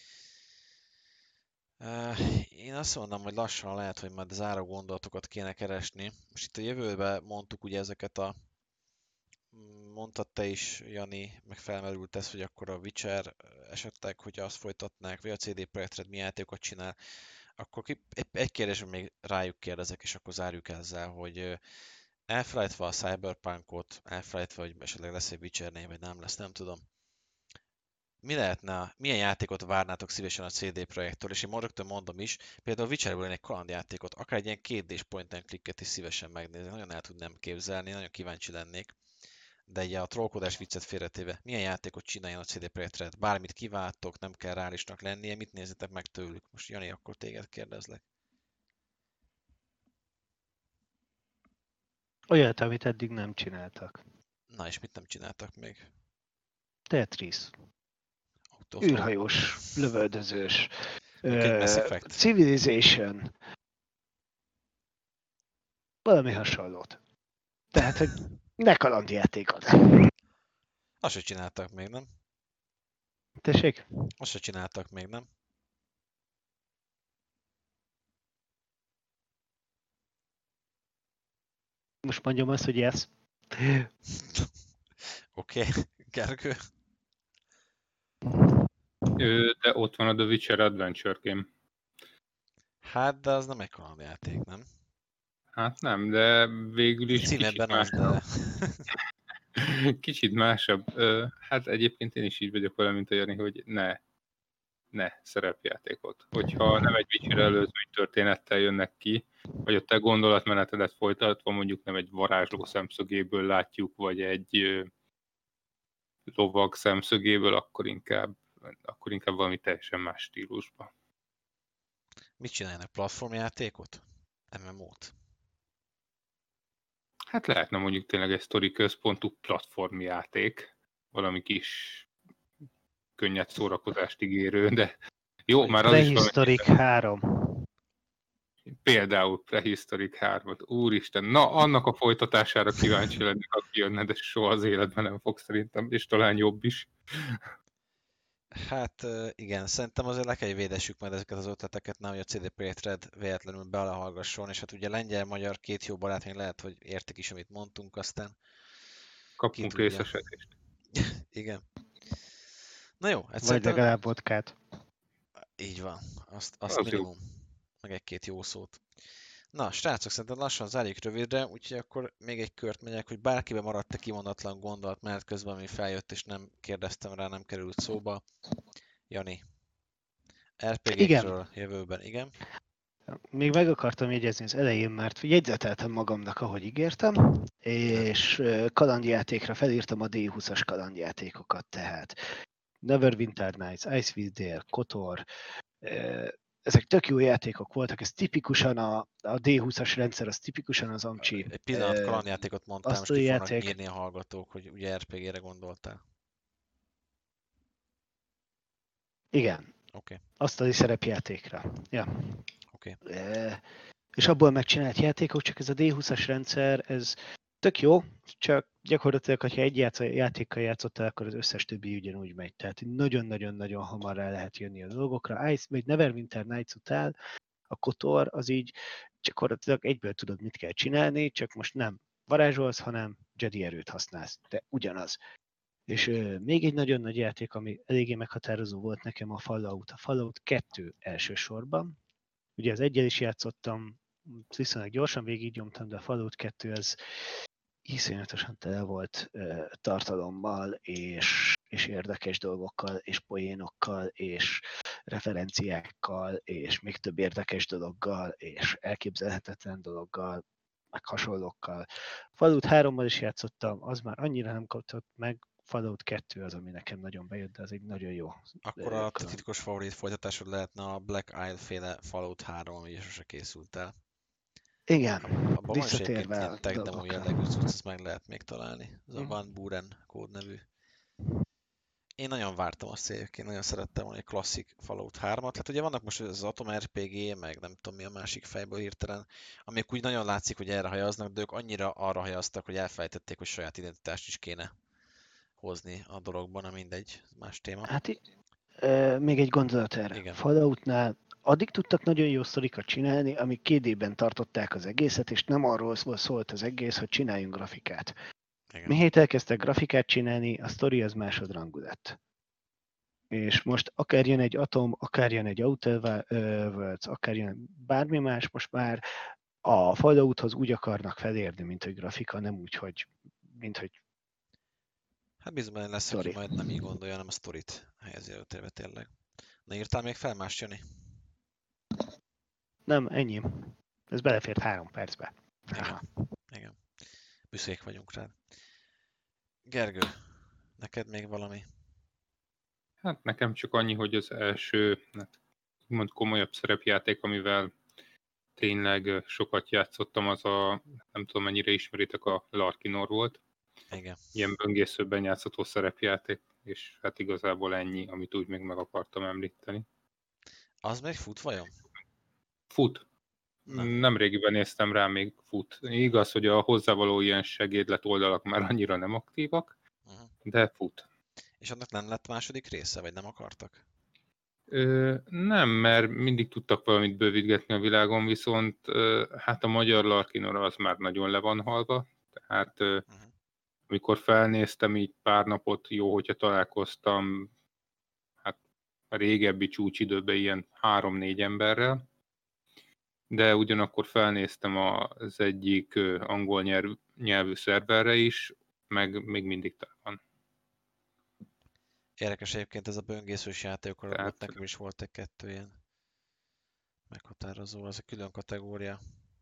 S1: Én azt mondom, hogy lassan lehet, hogy majd záró gondolatokat kéne keresni. Most itt a jövőben mondtuk ugye ezeket a... Mondtad te is, Jani, meg felmerült ez, hogy akkor a Witcher esetleg, hogy azt folytatnák, vagy a CD Projekt Red mi játékokat csinál, akkor egy kérdésre még rájuk kérdezek, és akkor zárjuk ezzel, hogy elfelejtve a Cyberpunkot, elfelejtve, hogy esetleg lesz egy Witcher 4, vagy nem lesz, nem tudom. Mi lehetne, milyen játékot várnátok szívesen a CD Projektől, és én rögtön mondom is, például a Witcherből egy kalandjátékot, akár egy ilyen 2D-s point and clicket is szívesen megnézni, nagyon el tudnám képzelni, nagyon kíváncsi lennék. De ugye a trollkodás viccet félretéve, milyen játékot csináljon a CD Projekt Red? Bármit kiváltok, nem kell reálisnak lennie, mit nézitek meg tőlük? Most Jani, akkor téged kérdezlek.
S2: Olyat, amit eddig nem csináltak.
S1: Na és mit nem csináltak még?
S2: Tetris.
S1: Octopath.
S2: Űrhajós, lövöldözős.
S1: Mondjuk egy Mass Effect.
S2: Civilization. Valami hasonlót. Tehát, hogy ne kalandjátékod.
S1: Azt se csináltak még, nem?
S2: Tessék?
S1: Azt se csináltak még, nem?
S2: Most mondjam azt, hogy yes.
S1: Oké, Gergő.
S3: De ott van a The Witcher Adventure Game.
S1: Hát, de az nem egy kalandjáték, nem?
S3: Hát nem, de végül is
S1: Címében az, de...
S3: kicsit másabb. Hát egyébként én is így vagyok vele, mint a Jani, hogy ne szerepjátékot. Hogyha nem egy Witcher előzmény történettel jönnek ki, vagy a te gondolatmenetedet folytatva, mondjuk nem egy varázsló szemszögéből látjuk, vagy egy lovag szemszögéből, akkor inkább valami teljesen más stílusban.
S1: Mit csinálnak? Platformjátékot? MMO-t?
S3: Hát lehetne mondjuk tényleg egy sztori központú platformjáték, valami kis könnyed szórakozást ígérő, de jó, már az is
S2: Prehistoric 3.
S3: Például Prehistoric 3-at. Úristen, na annak a folytatására kíváncsi lennék, aki jönne, de soha az életben nem fog szerintem, és talán jobb is.
S1: Hát igen, szerintem azért le kell, hogy védessük majd ezeket az ötleteket, nem, hogy a CD Projekt Red véletlenül belehallgasson, és hát ugye lengyel-magyar két jó barátink lehet, hogy értik is, amit mondtunk, aztán
S3: Kapunk
S1: tudja.
S3: részesedést.
S1: Igen. Na jó,
S2: Vagy legalább vodkát.
S1: Így van, azt
S3: Az
S1: minimum. Meg egy-két jó szót. Na, srácok, szerintem lassan zárjuk rövidre, úgyhogy akkor még egy kört megyek, hogy bárkiben maradt-e kimondatlan gondolat menet közben, ami feljött, és nem kérdeztem rá, nem került szóba. Jani. RPG-kről jövőben, igen?
S2: Még meg akartam jegyezni az elején, mert jegyzeteltem magamnak, ahogy ígértem, és kalandjátékra felírtam a D20-as kalandjátékokat, tehát Neverwinter Nights, Icewind Dale, KOTOR, ezek tök jó játékok voltak, ez tipikusan a D20-as rendszer, az tipikusan az Amcsi.
S1: Egy pillanat, kalandjátékot mondtál, most ki fognak
S2: játék.
S1: nyírni a hallgatók, hogy ugye RPG-re gondoltál.
S2: Igen.
S1: Oké.
S2: Asztali szerepjátékra. Ja.
S1: Oké.
S2: És abból megcsinált játékok, csak ez a D20-as rendszer, ez tök jó, csak gyakorlatilag, ha egy játékkal játszottál, akkor az összes többi ugyanúgy megy. Tehát nagyon-nagyon-nagyon hamar rá lehet jönni a dolgokra. Vagy Neverwinter Nights után a KOTOR az így gyakorlatilag egyből tudod, mit kell csinálni, csak most nem varázsolsz, hanem Jedi erőt használsz. De ugyanaz. És még egy nagyon nagy játék, ami eléggé meghatározó volt nekem, a Fallout. A Fallout 2 elsősorban. Ugye az egyel is játszottam, viszonylag gyorsan végignyomtam, de a Fallout 2 az iszonyatosan tele volt tartalommal, és érdekes dolgokkal, és poénokkal, és referenciákkal, és még több érdekes dologgal, és elképzelhetetlen dologgal, meg hasonlókkal. Fallout 3-mal is játszottam, az már annyira nem kaptott meg, Fallout 2 az, ami nekem nagyon bejött, de az egy nagyon jó.
S1: Akkor a te titkos favorit folytatásod lehetne a Black Isle féle Fallout 3, ami sose készült el.
S2: Igen,
S1: Abban van is
S2: visszatérve
S1: egyébként ilyen
S2: a
S1: tech demo
S2: dolgokra.
S1: jellegű cucc, ezt meg lehet még találni. Ez a Van Buren kódnevű. Én nagyon vártam azt egyébként, nagyon szerettem volna egy klasszik Fallout 3-at. Hát ugye vannak most az Atom RPG, meg nem tudom mi a másik fejből hirtelen, amik úgy nagyon látszik, hogy erre hajaznak, de ők annyira arra hajaztak, hogy elfelejtették, hogy saját identitást is kéne hozni a dologban, na mindegy, más téma.
S2: Hát még egy gondolat erre.
S1: Igen.
S2: Falloutnál addig tudtak nagyon jó sztorikat csinálni, amíg 2D-ben tartották az egészet, és nem arról szólt az egész, hogy csináljunk grafikát.
S1: Igen.
S2: Mihelyt elkezdtek grafikát csinálni, a sztori az másodrangú lett. És most akár jön egy Atom, akár jön egy Outer Worlds, akár jön bármi más, most már a Fallouthoz úgy akarnak felérni, mint hogy grafika, nem úgy, hogy mint hogy
S1: Hát bizony lesz, aki majd nem így gondolja, hanem a sztorit helyezi előtérbe tényleg. Na írtál még fel más, Jani?
S2: nem, ennyi. Ez belefért 3 percbe.
S1: Igen. Büszkék vagyunk rád. Gergő, neked még valami?
S3: Hát nekem csak annyi, hogy az első, úgymond komolyabb szerepjáték, amivel tényleg sokat játszottam, az a, nem tudom mennyire ismeritek, a Larkinor volt.
S1: Igen.
S3: Ilyen böngészőben játszható szerepjáték, és hát igazából ennyi, amit úgy még meg akartam említeni.
S1: Az még fut vajon?
S3: Fut.
S1: Na.
S3: Nemrégiben néztem rá, még fut. Igaz, hogy a hozzávaló ilyen segédlet oldalak már annyira nem aktívak, de fut.
S1: És annak nem lett második része, vagy nem akartak?
S3: Nem, mert mindig tudtak valamit bővítgetni a világon, viszont hát a magyar Larkinor az már nagyon le van halva, tehát amikor felnéztem így pár napot, jó, hogyha találkoztam hát a régebbi csúcsidőben ilyen 3-4 emberrel, de ugyanakkor felnéztem az egyik angol nyelvű szerverre is, meg még mindig tele van.
S1: Érdekes egyébként ez a böngészős játékokra
S3: Tehát...
S1: volt, nekem is volt egy-kettő ilyen meghatározó, az a külön kategória.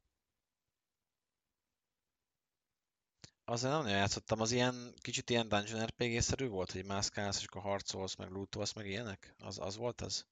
S1: Azzal nem nagyon játszottam, az ilyen, kicsit ilyen Dungeon RPG-szerű volt, hogy mászkálsz, és akkor harcolsz, meg lootolsz, meg ilyenek? Az volt az?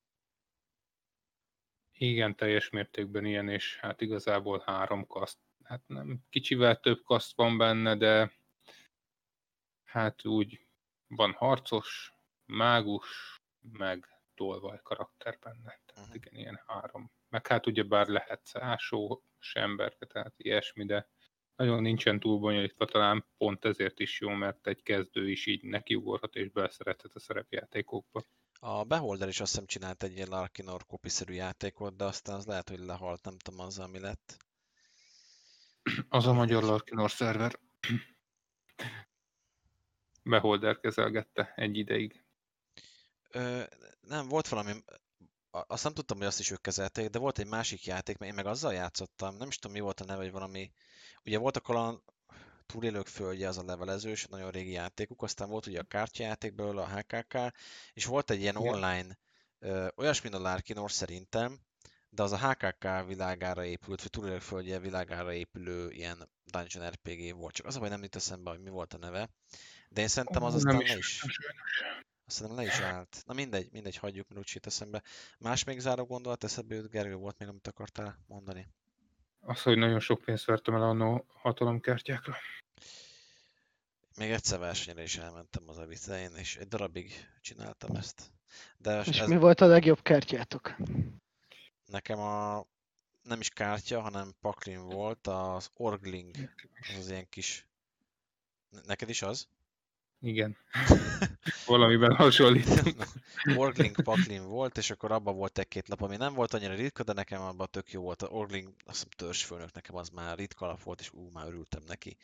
S3: Igen, teljes mértékben ilyen, és hát igazából 3 kaszt. Hát nem kicsivel több kaszt van benne, de hát úgy van harcos, mágus, meg tolvaj karakter benne. Tehát igen, ilyen 3. Meg hát ugyebár lehetsz ásós emberke, tehát ilyesmi, de nagyon nincsen túl bonyolítva, talán pont ezért is jó, mert egy kezdő is így nekiugorhat és beleszerethet a szerepjátékokba.
S1: A Beholder is azt hiszem csinált egy ilyen Larkinor kopiszerű játékot, de aztán az lehet, hogy lehalt, nem tudom azzal mi lett.
S3: Az a magyar Larkinor szerver. Beholder kezelgette egy ideig.
S1: Nem, volt valami, azt nem tudtam, hogy azt is ők kezelték, de volt egy másik játék, mert én meg azzal játszottam, nem is tudom mi volt a neve, hogy valami, ugye voltak olyan túlélők földje, az a levelezős, nagyon régi játékuk, aztán volt ugye a kártyajátékből a HKK, és volt egy ilyen online, olyasmi, mint a Larkinor szerintem, de az a HKK világára épült, vagy túlélők földje világára épülő ilyen Dungeon RPG volt. Csak az a baj, nem jut eszembe, hogy mi volt a neve. De én szerintem az aztán le is... Aztán le is állt. Na mindegy, hagyjuk, mert úgy jut eszembe. Más még záró gondolat eszembe jut, Gergő, volt még, amit akartál mondani?
S3: Az, hogy nagyon sok pénzt vertem el annó hatalomkártyákra.
S1: Még egyszer versenyre is elmentem az Avicén, és egy darabig csináltam ezt. De
S2: és mi volt a legjobb kártyátok?
S1: Nekem nem is kártya, hanem paklin volt, az Orgling, az ilyen kis Neked is az?
S3: Igen. Valamiben hasonlítunk.
S1: Orgling Paklin volt, és akkor abban volt egy-két lap, ami nem volt annyira ritka, de nekem abban tök jó volt. A Orgling, azt hiszem törzsfőnök, nekem az már ritka lap volt, és már örültem neki.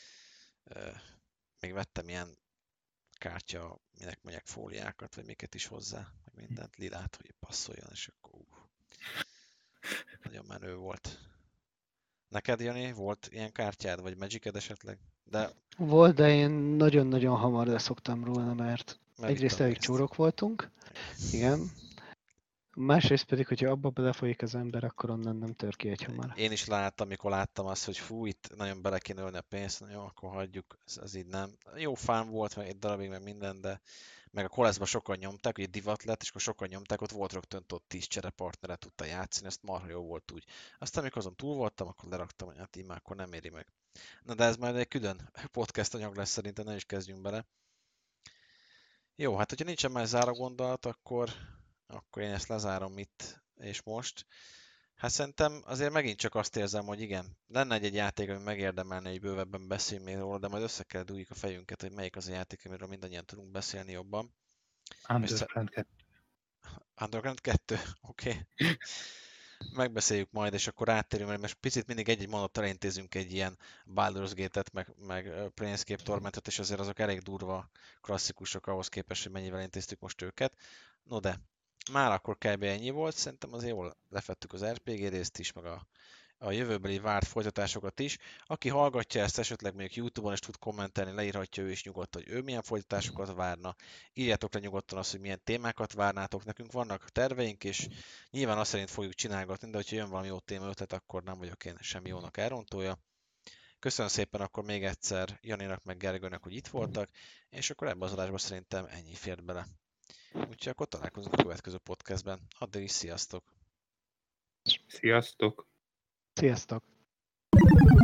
S1: Még vettem ilyen kártya, minek mondják, fóliákat, vagy miket is hozzá, meg mindent, lilát, hogy passzoljon, és akkor nagyon menő volt. Neked, Jani, volt ilyen kártyád, vagy Magiced esetleg? De
S2: Volt, de én nagyon-nagyon hamar leszoktam róla, mert egyrészt
S1: itt a
S2: elég
S1: pénzt.
S2: csórok voltunk, igen. Másrészt pedig, hogyha abba belefolyik az ember, akkor onnan nem tör ki egy hamar.
S1: Én is láttam, amikor láttam azt, hogy fú, itt nagyon bele kéne ölni a pénzt, na jó, akkor hagyjuk, ez így nem. Jó fán volt, meg egy darabig, meg minden, de meg a koleszba sokan nyomták, ugye divat lett, és akkor sokan nyomták, ott volt rögtön ott 10 cserepartnere tudta játszani, ezt marha jó volt úgy. Aztán amikor azon túl voltam, akkor leraktam, hogy hát így már akkor nem éri meg. Na de ez majd egy külön podcast anyag lesz, szerintem nem is kezdjünk bele. Jó, hát hogyha nincsen már záró gondolat, akkor én ezt lezárom itt és most. Hát szerintem azért megint csak azt érzem, hogy igen, lenne egy játék, ami megérdemelne, hogy bővebben beszéljünk még róla, de majd össze kell dugjuk a fejünket, hogy melyik az a játék, amiről mindannyian tudunk beszélni jobban.
S3: Underground 2.
S1: Underground 2? Oké. Megbeszéljük majd, és akkor áttérünk, mert most picit mindig egy-egy mondattal elintézünk egy ilyen Baldur's Gate-et, meg Planescape Tormentet, és azért azok elég durva klasszikusok ahhoz képest, hogy mennyivel intéztük most őket. No de, már akkor kb. Ennyi volt, szerintem azért jól lefettük az RPG részt is, meg a jövőbeli várt folytatásokat is. Aki hallgatja ezt, esetleg mondjuk YouTube-on is tud kommentelni, leírhatja ő is nyugodtan, hogy ő milyen folytatásokat várna. Írjátok le nyugodtan azt, hogy milyen témákat várnátok. Nekünk vannak terveink, és nyilván azt szerint fogjuk csinálgatni, de hogyha jön valami jó téma ötlet, akkor nem vagyok én semmi jónak elrontója. Köszönöm szépen akkor még egyszer Janinak meg Gergőnek, hogy itt voltak, és akkor ebben az adásban szerintem ennyi fért bele. Úgyhogy akkor találkozunk a következő podcastben. Addig is sziasztok!
S3: Sziasztok!
S2: Sziasztok!